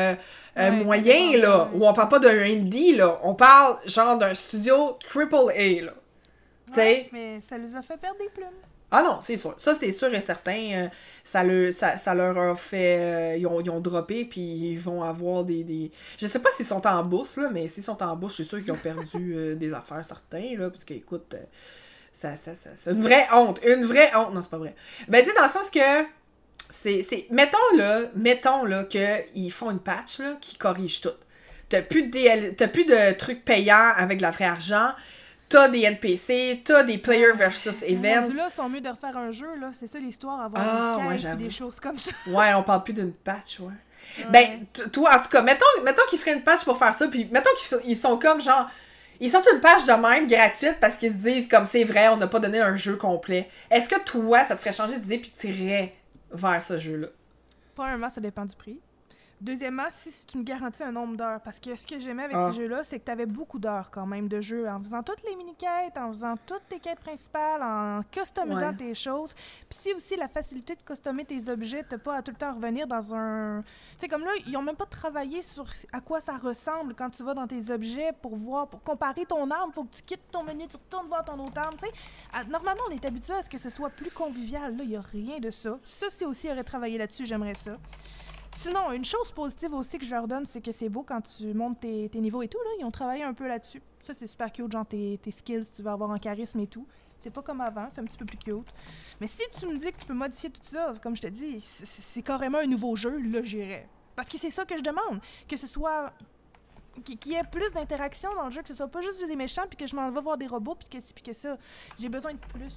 S1: moyen, là. Ou on parle pas d'un indie, là. On parle, genre, d'un studio AAA, là.
S2: Ouais, mais ça les a fait perdre des plumes.
S1: Ah non, c'est sûr. Ça, c'est sûr et certain. Ça leur a fait... ils ont droppé, puis ils vont avoir des... Je sais pas s'ils sont en bourse, là, mais s'ils sont en bourse, je suis sûr qu'ils ont perdu des affaires, certains, là, parce que, écoute... c'est une vraie honte. Une vraie honte. Non, c'est pas vrai. Ben, tu sais, dans le sens que... Mettons, là, qu'ils font une patch, là, qui corrige tout. T'as plus de trucs payants avec de la vraie argent. T'as des NPC, t'as des player versus events.
S2: Là, ils sont mieux de refaire un jeu, là. C'est ça l'histoire, avoir des quêtes et des choses comme ça.
S1: Ouais, on parle plus d'une patch, ouais. Ben, toi, en tout cas, mettons qu'ils feraient une patch pour faire ça, puis mettons qu'ils sont comme genre... Ils sortent une page de même, gratuite, parce qu'ils se disent, comme c'est vrai, on n'a pas donné un jeu complet. Est-ce que toi, ça te ferait changer d'idée puis t'irais vers ce jeu-là?
S2: Premièrement, ça dépend du prix. Deuxièmement, si tu me garantis un nombre d'heures, parce que ce que j'aimais avec ce jeu-là, c'est que tu avais beaucoup d'heures quand même de jeu, en faisant toutes les mini-quêtes, en faisant toutes tes quêtes principales, en customisant tes choses. Puis c'est aussi la facilité de customiser tes objets, t'as pas à tout le temps revenir dans un... Tu sais, comme là, ils ont même pas travaillé sur à quoi ça ressemble quand tu vas dans tes objets pour comparer ton arme, faut que tu quittes ton menu, tu retournes voir ton autre arme, tu sais. Normalement, on est habitué à ce que ce soit plus convivial. Là, il y a rien de ça. Ça, si aussi aurait travaillé là-dessus, j'aimerais ça. Sinon, une chose positive aussi que je leur donne, c'est que c'est beau quand tu montes tes niveaux et tout, là. Ils ont travaillé un peu là-dessus. Ça, c'est super cute, genre tes skills, tu vas avoir un charisme et tout. C'est pas comme avant, c'est un petit peu plus cute. Mais si tu me dis que tu peux modifier tout ça, comme je te dis, c'est carrément un nouveau jeu, là, j'irais. Parce que c'est ça que je demande. Que ce soit... Qu'il y ait plus d'interaction dans le jeu, que ce soit pas juste des méchants, puis que je m'en vais voir des robots, puis que ci, puis que ça. J'ai besoin de plus.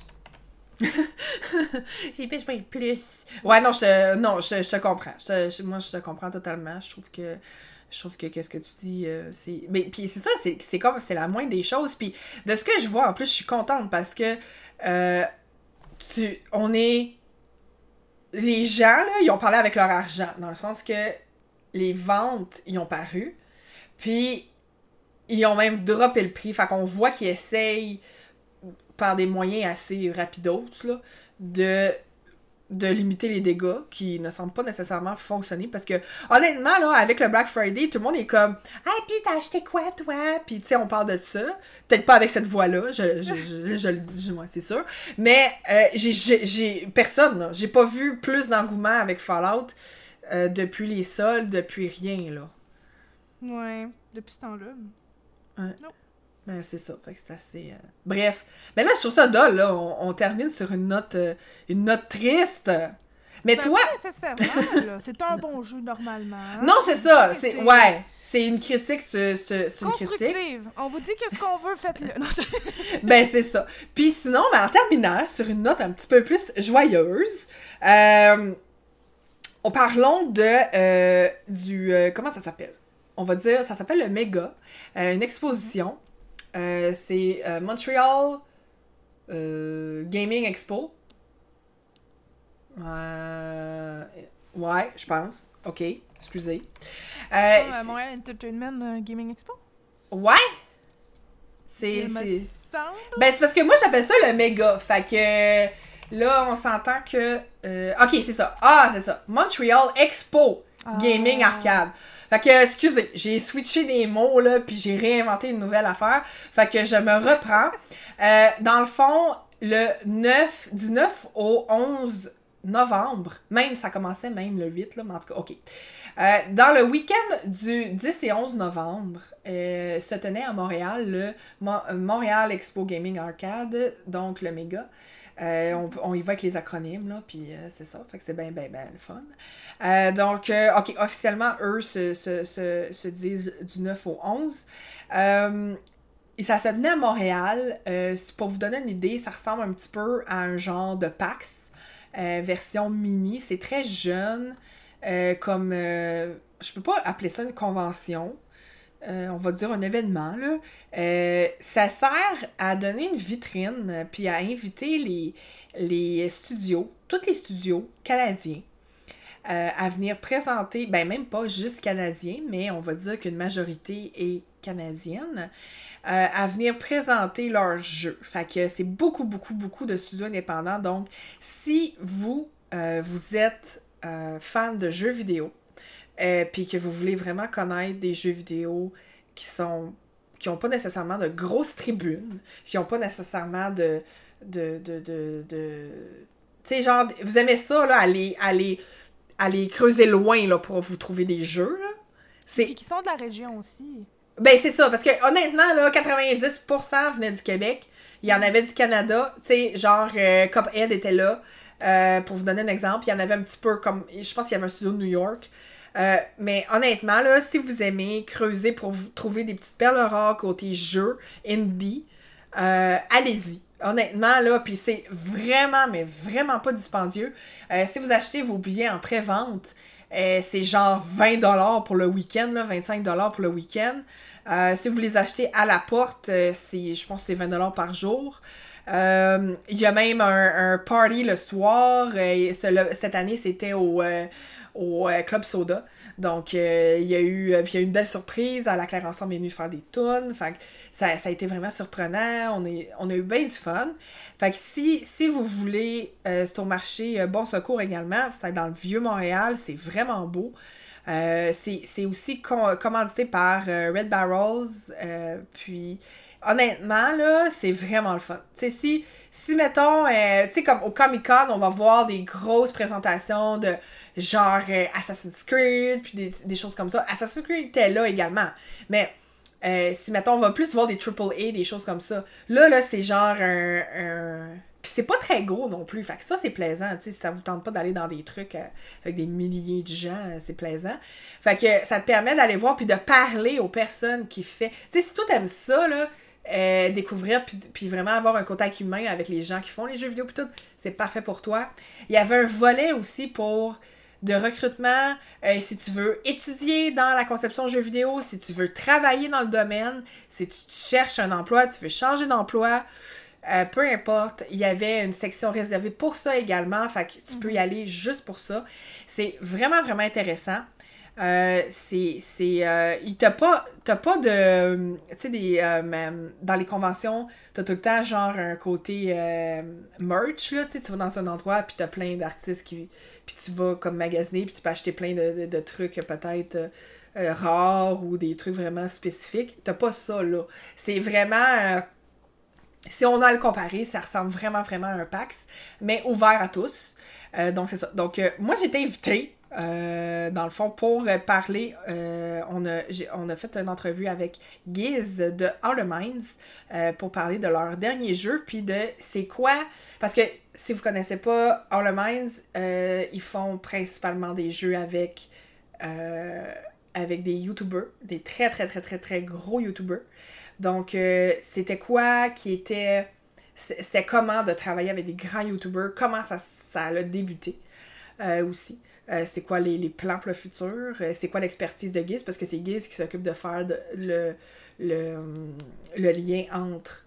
S1: J'ai besoin de plus. Ouais, non, je te comprends. Moi, je te comprends totalement. Je trouve que qu'est-ce que tu dis, c'est... Mais puis c'est ça, c'est la moindre des choses. Puis de ce que je vois, en plus, je suis contente parce que on est... Les gens, là, ils ont parlé avec leur argent, dans le sens que les ventes, ils ont paru. Puis, ils ont même droppé le prix. Fait qu'on voit qu'ils essayent, par des moyens assez rapidos, là, de limiter les dégâts qui ne semblent pas nécessairement fonctionner. Parce que, honnêtement, là, avec le Black Friday, tout le monde est comme « Ah, pis t'as acheté quoi, toi? » Puis, tu sais, on parle de ça. Peut-être pas avec cette voix-là, je le dis, moi, c'est sûr. Mais, personne, là. J'ai pas vu plus d'engouement avec Fallout depuis les soldes, depuis rien, là.
S2: Ouais, depuis ce temps-là.
S1: Ouais. Non. Ben, c'est ça. Fait que c'est assez... Bref. Mais là, je trouve ça dole, là. On termine sur une note triste. Mais
S2: ben,
S1: toi...
S2: Pas nécessairement, là. C'est un bon jeu, normalement. Hein?
S1: Non, c'est ça. Ouais. C'est une critique. C'est une
S2: critique. On vous dit qu'est-ce qu'on veut, faites-le.
S1: Ben, c'est ça. Puis sinon, ben, en terminant, sur une note un petit peu plus joyeuse, parlons du... comment ça s'appelle? On va dire, ça s'appelle le Mega. Une exposition. C'est Montreal Gaming Expo. Ouais, je pense. OK, excusez.
S2: À Montréal Entertainment Gaming Expo?
S1: Ouais!
S2: Il me semble.
S1: Ben, c'est parce que moi, j'appelle ça le méga. Fait que là, on s'entend que... ok, c'est ça. Ah, c'est ça. Montreal Expo Gaming Arcade. Fait que, excusez, j'ai switché des mots, là, puis j'ai réinventé une nouvelle affaire. Fait que je me reprends. Dans le fond, du 9 au 11 novembre, même, ça commençait même le 8, là, mais en tout cas, ok. Dans le week-end du 10 et 11 novembre, se tenait à Montréal le Montréal Expo Gaming Arcade, donc le méga. On y va avec les acronymes, là, puis c'est ça, fait que c'est bien le fun. Donc, ok, officiellement, eux se disent du 9 au 11. Et ça se tenait à Montréal. Pour vous donner une idée, ça ressemble un petit peu à un genre de PAX, version mini. C'est très jeune. Je peux pas appeler ça une convention, on va dire un événement, là. Ça sert à donner une vitrine, puis à inviter les studios, tous les studios canadiens, à venir présenter, ben même pas juste canadiens, mais on va dire qu'une majorité est canadienne, à venir présenter leurs jeux. Fait que c'est beaucoup de studios indépendants. Donc, si vous êtes fan de jeux vidéo, puis que vous voulez vraiment connaître des jeux vidéo qui ont pas nécessairement de grosses tribunes, qui ont pas nécessairement de tu sais, genre, vous aimez ça, là, aller creuser loin, là, pour vous trouver des jeux, là.
S2: Puis qui sont de la région aussi.
S1: Ben, c'est ça, parce que, honnêtement, là, 90% venaient du Québec. Il y en avait du Canada. Tu sais, genre, Cuphead était là. Pour vous donner un exemple, il y en avait un petit peu comme... Je pense qu'il y avait un studio de New York. Mais honnêtement, là, si vous aimez creuser pour vous trouver des petites perles rares côté jeux, indie, allez-y. Honnêtement, là, puis c'est vraiment, mais vraiment pas dispendieux. Si vous achetez vos billets en pré-vente, c'est genre 20$ pour le week-end, là, 25$ pour le week-end. Si vous les achetez à la porte, je pense que c'est 20$ par jour. Il y a même un party le soir. Cette année, c'était au Club Soda. Donc, il y a eu une belle surprise. À la Claire Ensemble est venue faire des tunes. Fait que ça a été vraiment surprenant. On a eu bien du fun. Fait que si vous voulez, c'est au marché Bon Secours également. C'est dans le Vieux-Montréal. C'est vraiment beau. C'est aussi commandité par Red Barrels. Puis, honnêtement, là, c'est vraiment le fun. Tu sais, si mettons, tu sais, comme au Comic-Con, on va voir des grosses présentations de genre Assassin's Creed, puis des choses comme ça. Assassin's Creed était là également. Mais si, mettons, on va plus voir des AAA, des choses comme ça. Là, c'est genre un... Puis c'est pas très gros non plus. Fait que ça, c'est plaisant. Tu sais, si ça vous tente pas d'aller dans des trucs avec des milliers de gens, c'est plaisant. Fait que ça te permet d'aller voir puis de parler aux personnes qui fait... Tu sais, si toi t'aimes ça, là, découvrir puis vraiment avoir un contact humain avec les gens qui font les jeux vidéo puis tout, c'est parfait pour toi. Il y avait un volet aussi de recrutement, si tu veux étudier dans la conception de jeux vidéo, si tu veux travailler dans le domaine, si tu cherches un emploi, tu veux changer d'emploi, peu importe, il y avait une section réservée pour ça également, fait que tu peux y aller juste pour ça. C'est vraiment, vraiment intéressant. T'as pas de, tu sais, dans les conventions, t'as tout le temps genre un côté merch, là, tu sais, tu vas dans un endroit puis t'as plein d'artistes puis tu vas comme magasiner puis tu peux acheter plein de trucs peut-être rares ou des trucs vraiment spécifiques. T'as pas ça, là. C'est vraiment... si on a à le comparer, ça ressemble vraiment, vraiment à un PAX, mais ouvert à tous. Donc, c'est ça. Donc, moi, j'ai été invitée, dans le fond, pour parler. On a fait une entrevue avec Giz de Outer Minds pour parler de leur dernier jeu, puis de c'est quoi... Parce que, si vous connaissez pas Outer Minds, ils font principalement des jeux avec des YouTubers, des très, très, très, très, très gros YouTubers. Donc, c'était quoi qui était... C'était comment de travailler avec des grands YouTubers, comment ça a débuté aussi. C'est quoi les plans pour le futur, c'est quoi l'expertise de Giz, parce que c'est Giz qui s'occupe de faire le lien entre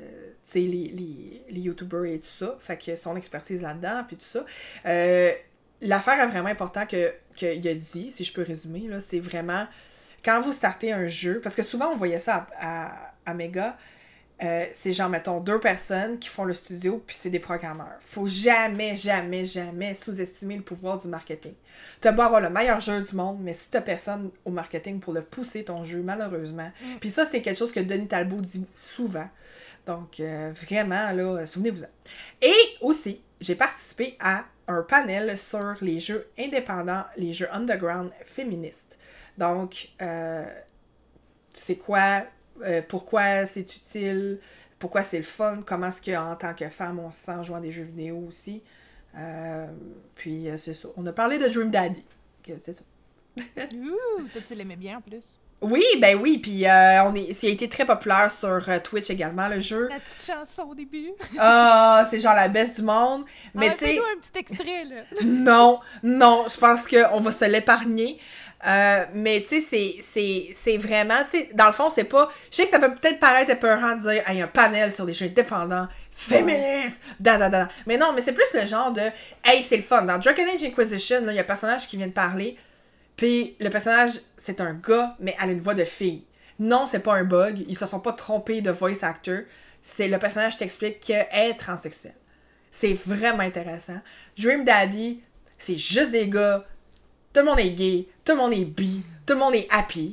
S1: les YouTubers et tout ça. Fait que son expertise là-dedans, puis tout ça. l'affaire vraiment importante qu'il a dit, si je peux résumer, là, c'est vraiment, quand vous startez un jeu, parce que souvent on voyait ça à Mega, c'est genre, mettons, 2 personnes qui font le studio, puis c'est des programmeurs. Faut jamais, jamais, jamais sous-estimer le pouvoir du marketing. T'as beau avoir le meilleur jeu du monde, mais si t'as personne au marketing pour le pousser, ton jeu, malheureusement. Puis ça, c'est quelque chose que Denis Talbot dit souvent. Donc, vraiment, là, souvenez-vous-en. Et aussi, j'ai participé à un panel sur les jeux indépendants, les jeux underground féministes. Donc, c'est quoi... pourquoi c'est utile, pourquoi c'est le fun, comment est-ce qu'en tant que femme, on se sent en jouant à des jeux vidéo aussi. Puis c'est ça. On a parlé de Dream Daddy. C'est ça.
S2: Ouh, toi, tu l'aimais bien en plus.
S1: Oui, ben oui, puis ça a été très populaire sur Twitch également, le jeu.
S2: La petite chanson au début.
S1: Ah, c'est genre la baisse du monde. Mais tu sais...
S2: fais-nous un petit extrait, là.
S1: non, je pense qu'on va se l'épargner. Mais tu sais, c'est vraiment, tu sais, dans le fond, c'est pas... Je sais que ça peut peut-être paraître épeurant de dire « Hey, un panel sur les jeux indépendants, féministes, da. » Mais non, mais c'est plus le genre de « Hey, c'est le fun. » Dans Dragon Age Inquisition, il y a un personnage qui vient de parler, puis le personnage, c'est un gars, mais elle a une voix de fille. Non, c'est pas un bug. Ils se sont pas trompés de voice actor. C'est le personnage t'explique qu'elle est transsexuelle. C'est vraiment intéressant. Dream Daddy, c'est juste des gars... Tout le monde est gay, tout le monde est bi, tout le monde est happy.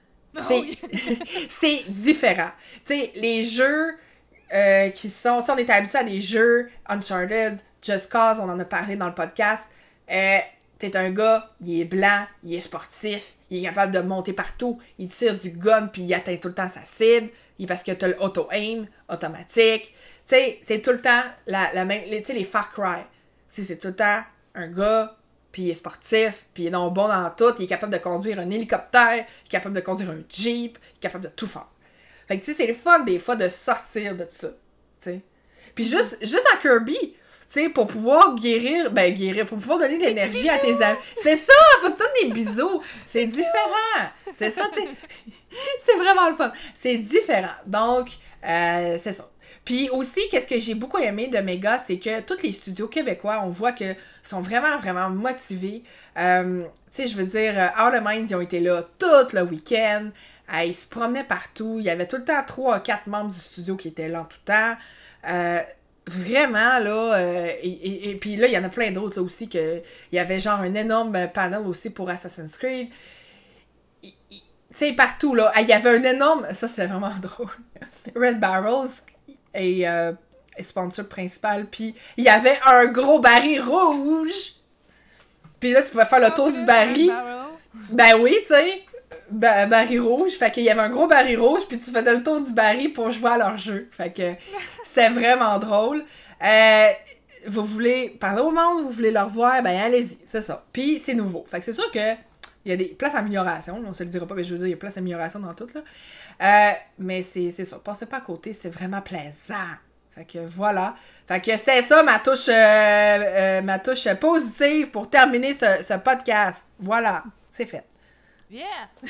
S1: C'est différent. Tu sais, les jeux qui sont... Tu sais, on est habitué à des jeux Uncharted, Just Cause, on en a parlé dans le podcast. T'es un gars, il est blanc, il est sportif, il est capable de monter partout, il tire du gun puis il atteint tout le temps sa cible, parce que t'as l'auto-aim automatique. Tu sais, c'est tout le temps la même... Tu sais, les Far Cry. C'est tout le temps un gars... puis il est sportif, puis il est donc bon dans tout, il est capable de conduire un hélicoptère, il est capable de conduire un Jeep, il est capable de tout faire. Fait que, tu sais, c'est le fun, des fois, de sortir de ça, tu sais. Puis juste dans Kirby, tu sais, pour pouvoir guérir, pour pouvoir donner de l'énergie à tes amis. C'est ça, faut te donner des bisous. C'est différent. C'est ça, tu sais. C'est vraiment le fun. C'est différent. Donc, c'est ça. Puis aussi, qu'est-ce que j'ai beaucoup aimé de Mega, c'est que tous les studios québécois, on voit que sont vraiment, vraiment motivés. Tu sais, je veux dire, Out of Minds, ils ont été là tout le week-end. Ils se promenaient partout. Il y avait tout le temps 3 ou 4 membres du studio qui étaient là en tout temps. Vraiment, là... et puis là, il y en a plein d'autres, là, aussi, que il y avait genre un énorme panel aussi pour Assassin's Creed. Tu sais, partout, là. Il y avait un énorme... Ça, c'était vraiment drôle. Red Barrels... et sponsor principal, puis il y avait un gros baril rouge. Puis là, tu pouvais faire le tour du baril. Ben oui, tu sais, baril rouge. Fait qu'il y avait un gros baril rouge, puis tu faisais le tour du baril pour jouer à leur jeu. Fait que c'était vraiment drôle. Vous voulez parler au monde, vous voulez leur voir, ben allez-y, c'est ça. Puis c'est nouveau. Fait que c'est sûr que il y a des places d'amélioration, on se le dira pas, mais je veux dire, il y a places d'amélioration dans tout, là. Mais c'est ça, passez pas à côté, c'est vraiment plaisant. Fait que voilà. Fait que c'est ça ma touche positive pour terminer ce podcast. Voilà, c'est fait.
S2: Yeah!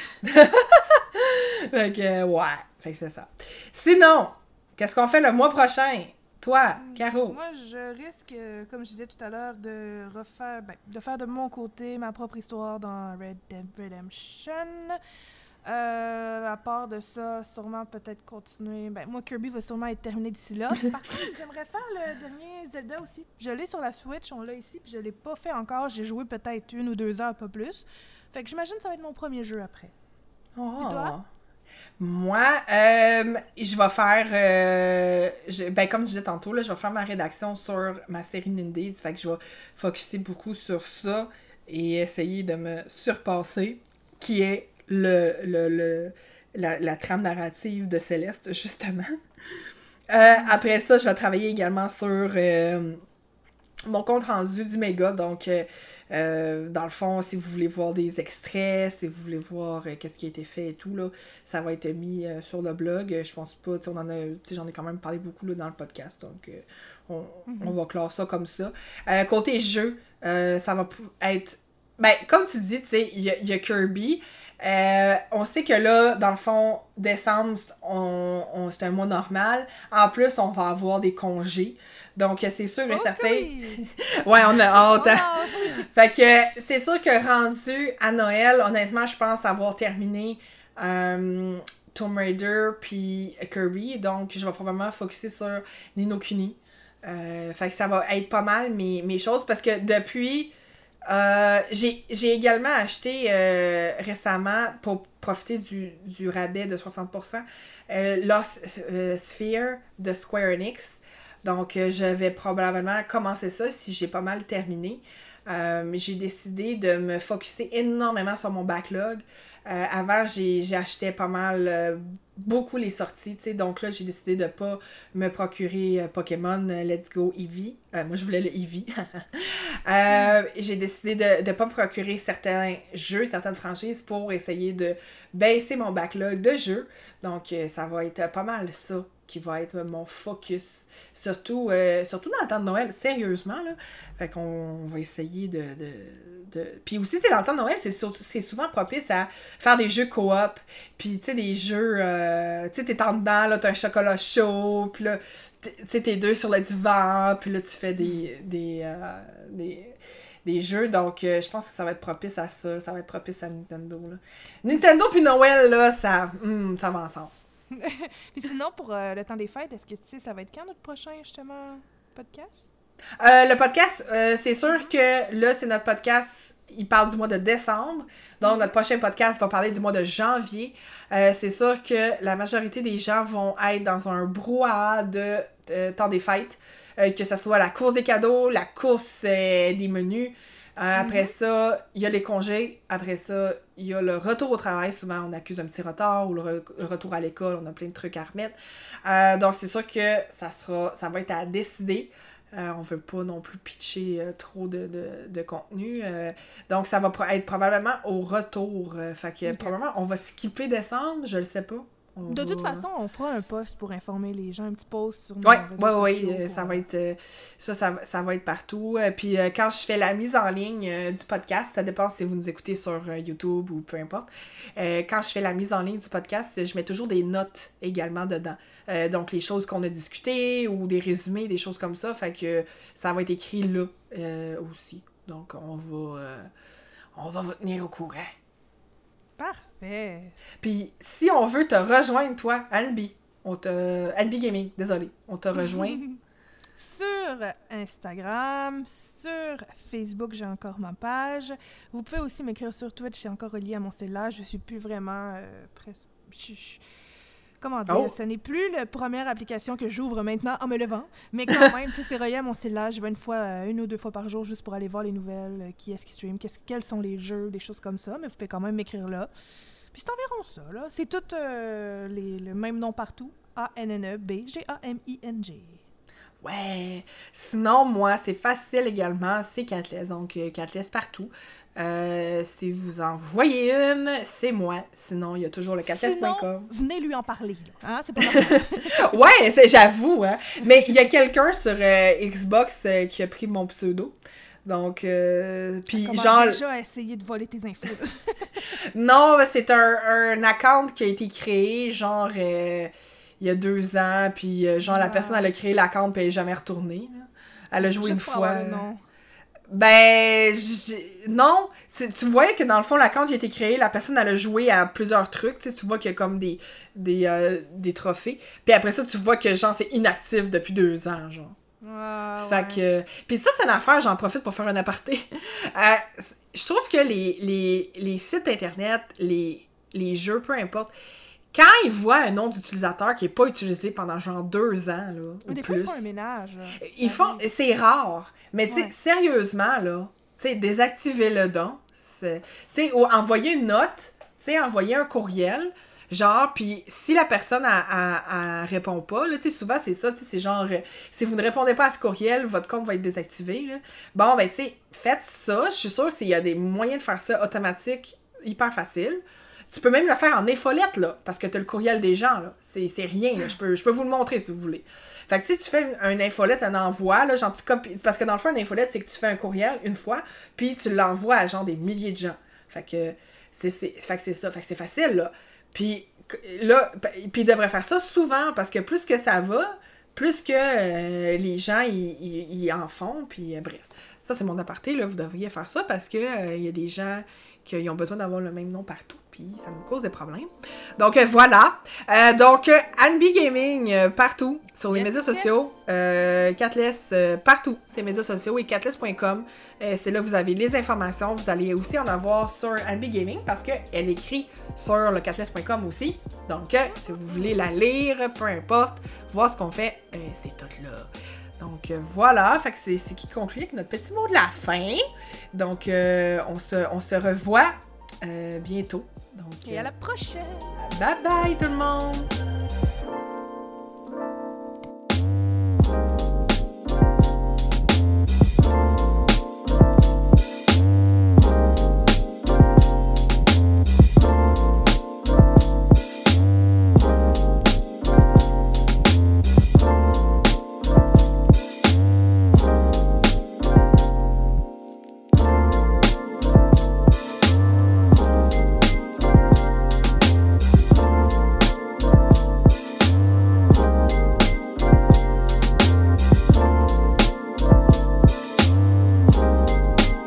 S1: Fait que, ouais, fait que c'est ça. Sinon, qu'est-ce qu'on fait le mois prochain? Toi, Caro?
S2: Moi, je risque, comme je disais tout à l'heure, de faire de mon côté ma propre histoire dans Red Dead Redemption. À part de ça, sûrement peut-être continuer. Ben, moi, Kirby va sûrement être terminé d'ici là. Par contre, j'aimerais faire le dernier Zelda aussi. Je l'ai sur la Switch, on l'a ici, puis je l'ai pas fait encore. J'ai joué peut-être 1 ou 2 heures, pas plus. Fait que j'imagine que ça va être mon premier jeu après.
S1: Oh.
S2: Et toi?
S1: Moi, je vais faire... comme je disais tantôt, là, je vais faire ma rédaction sur ma série Nindies. Fait que je vais focusser beaucoup sur ça et essayer de me surpasser, qui est la trame narrative de Céleste, justement. Après ça, je vais travailler également sur mon compte rendu du méga. Donc, dans le fond, si vous voulez voir des extraits, si vous voulez voir qu'est-ce qui a été fait et tout, là, ça va être mis sur le blog. Je pense pas, j'en ai quand même parlé beaucoup là, dans le podcast. Donc, on va clore ça comme ça. Côté jeu, ça va être... Ben, comme tu dis, tu sais, il y a Kirby. On sait que là, dans le fond, décembre, c'est un mois normal. En plus, on va avoir des congés. Donc, c'est sûr que certains... Ouais, on a hâte. Fait que c'est sûr que rendu à Noël, honnêtement, je pense avoir terminé Tomb Raider puis Kirby. Donc, je vais probablement focuser sur Ni no Kuni. Fait que ça va être pas mal mes choses. Parce que depuis... j'ai également acheté récemment, pour profiter du rabais de 60%, Lost Sphere de Square Enix. Donc, je vais probablement commencer ça si j'ai pas mal terminé. J'ai décidé de me focusser énormément sur mon backlog. Avant, j'achetais pas mal, beaucoup les sorties, tu sais. Donc là, j'ai décidé de pas me procurer Pokémon Let's Go Eevee. Moi, je voulais le Eevee. J'ai décidé de pas me procurer certains jeux, certaines franchises pour essayer de baisser mon backlog de jeux. Donc, ça va être pas mal ça qui va être mon focus. Surtout dans le temps de Noël, sérieusement, là. Fait qu'on va essayer de... Puis aussi, tu sais, dans le temps de Noël, c'est souvent propice à faire des jeux coop. Puis, tu sais, des jeux... tu sais, t'es en dedans, là, t'as un chocolat chaud, puis là, tu sais, t'es deux sur le divan, puis là, tu fais des jeux. Donc, je pense que ça va être propice à ça. Ça va être propice à Nintendo, là. Nintendo puis Noël, là, ça va ensemble.
S2: Puis sinon, pour le temps des fêtes, est-ce que tu sais, ça va être quand notre prochain, justement, podcast?
S1: Le podcast, c'est sûr que là, c'est notre podcast, il parle du mois de décembre. Donc, notre prochain podcast va parler du mois de janvier. C'est sûr que la majorité des gens vont être dans un brouhaha de temps des fêtes. Que ce soit la course des cadeaux, la course des menus. Après ça, il y a les congés. Après ça, il y a le retour au travail. Souvent, on accuse un petit retard ou le retour à l'école. On a plein de trucs à remettre. Donc, c'est sûr que ça va être à décider. On veut pas non plus pitcher trop de contenu. Donc, ça va être probablement au retour. Fait que probablement, on va skipper décembre. Je le sais pas.
S2: De toute façon, on fera un post pour informer les gens, un petit post sur nos réseaux sociaux.
S1: Oui, ça va être ça va être partout. Puis quand je fais la mise en ligne du podcast, ça dépend si vous nous écoutez sur YouTube ou peu importe. Quand je fais la mise en ligne du podcast, je mets toujours des notes également dedans. Donc les choses qu'on a discutées ou des résumés, des choses comme ça. Fait que ça va être écrit là aussi. Donc on va vous tenir au courant.
S2: Parfait.
S1: Puis, si on veut te rejoindre, toi, Anby Gaming, désolé, on te rejoint.
S2: Sur Instagram, sur Facebook, j'ai encore ma page. Vous pouvez aussi m'écrire sur Twitch, c'est encore relié à mon cellulaire. Je suis plus vraiment comment dire, ce n'est plus la première application que j'ouvre maintenant en me levant, mais quand même, c'est relié à mon cellulaire. Je vais une ou deux fois par jour juste pour aller voir les nouvelles, qui est-ce qui stream, quels sont les jeux, des choses comme ça, mais vous pouvez quand même m'écrire là. Puis c'est environ ça, là. C'est tout le même nom partout, ANNEBGAMING.
S1: Ouais! Sinon, moi, c'est facile également, c'est Catless, donc Catless partout. Si vous en voyez une, c'est moi. Sinon, il y a toujours le catless.com.
S2: Sinon, venez lui en parler. Hein? C'est pas normal.
S1: Ouais, j'avoue. Hein? Mais il y a quelqu'un sur Xbox qui a pris mon pseudo. Donc, puis genre...
S2: déjà essayé de voler tes infos.
S1: Non, c'est un account qui a été créé, genre... il y a 2 ans, puis genre la personne, elle a créé l'account, puis elle n'est jamais retournée. Là. Elle a joué juste une fois. Non. Ben, non. Tu voyais que dans le fond, l'account qui a été créé, la personne, elle a joué à plusieurs trucs. Tu vois qu'il y a comme des trophées. Puis après ça, tu vois que genre c'est inactif depuis 2 ans, genre. Fait que... Puis ça, c'est une affaire, j'en profite pour faire un aparté. Je trouve que les sites internet, les jeux, peu importe... Quand ils voient un nom d'utilisateur qui n'est pas utilisé pendant genre 2 ans, là, ou
S2: des
S1: plus...
S2: fois, ils font un ménage.
S1: C'est rare. Mais tu sais, sérieusement, là, tu sais, désactivez-le donc. Tu sais, ou envoyer une note, tu sais, envoyer un courriel, genre, puis si la personne elle répond pas, là, tu sais, souvent, c'est ça, tu sais, c'est genre, si vous ne répondez pas à ce courriel, votre compte va être désactivé, là. Bon, ben, tu sais, faites ça. Je suis sûre qu'il y a des moyens de faire ça automatique, hyper facile. Tu peux même le faire en infolette, là, parce que tu as le courriel des gens, là. C'est rien, là. Je peux vous le montrer, si vous voulez. Fait que, tu sais, tu fais un infolette, un envoi, là, genre, tu copies... Parce que dans le fond, un infolette, c'est que tu fais un courriel une fois, puis tu l'envoies à, genre, des milliers de gens. Fait que Fait que c'est ça. Fait que c'est facile, là. Puis là, puis il devrait faire ça souvent, parce que plus que ça va, plus que les gens, ils en font, puis bref. Ça, c'est mon aparté, là. Vous devriez faire ça, parce que y a des gens qui ont besoin d'avoir le même nom partout, puis ça nous cause des problèmes. Donc, voilà. Donc, Anby Gaming, partout, sur les médias sociaux. Catless, partout, sur les médias sociaux, et catless.com. C'est là que vous avez les informations. Vous allez aussi en avoir sur Anby Gaming, parce qu'elle écrit sur le catless.com aussi. Donc, si vous voulez la lire, peu importe, voir ce qu'on fait, c'est tout là. Donc voilà, fait que c'est qui conclut avec notre petit mot de la fin. Donc on se revoit bientôt. Donc,
S2: et à la prochaine!
S1: Bye bye tout le monde!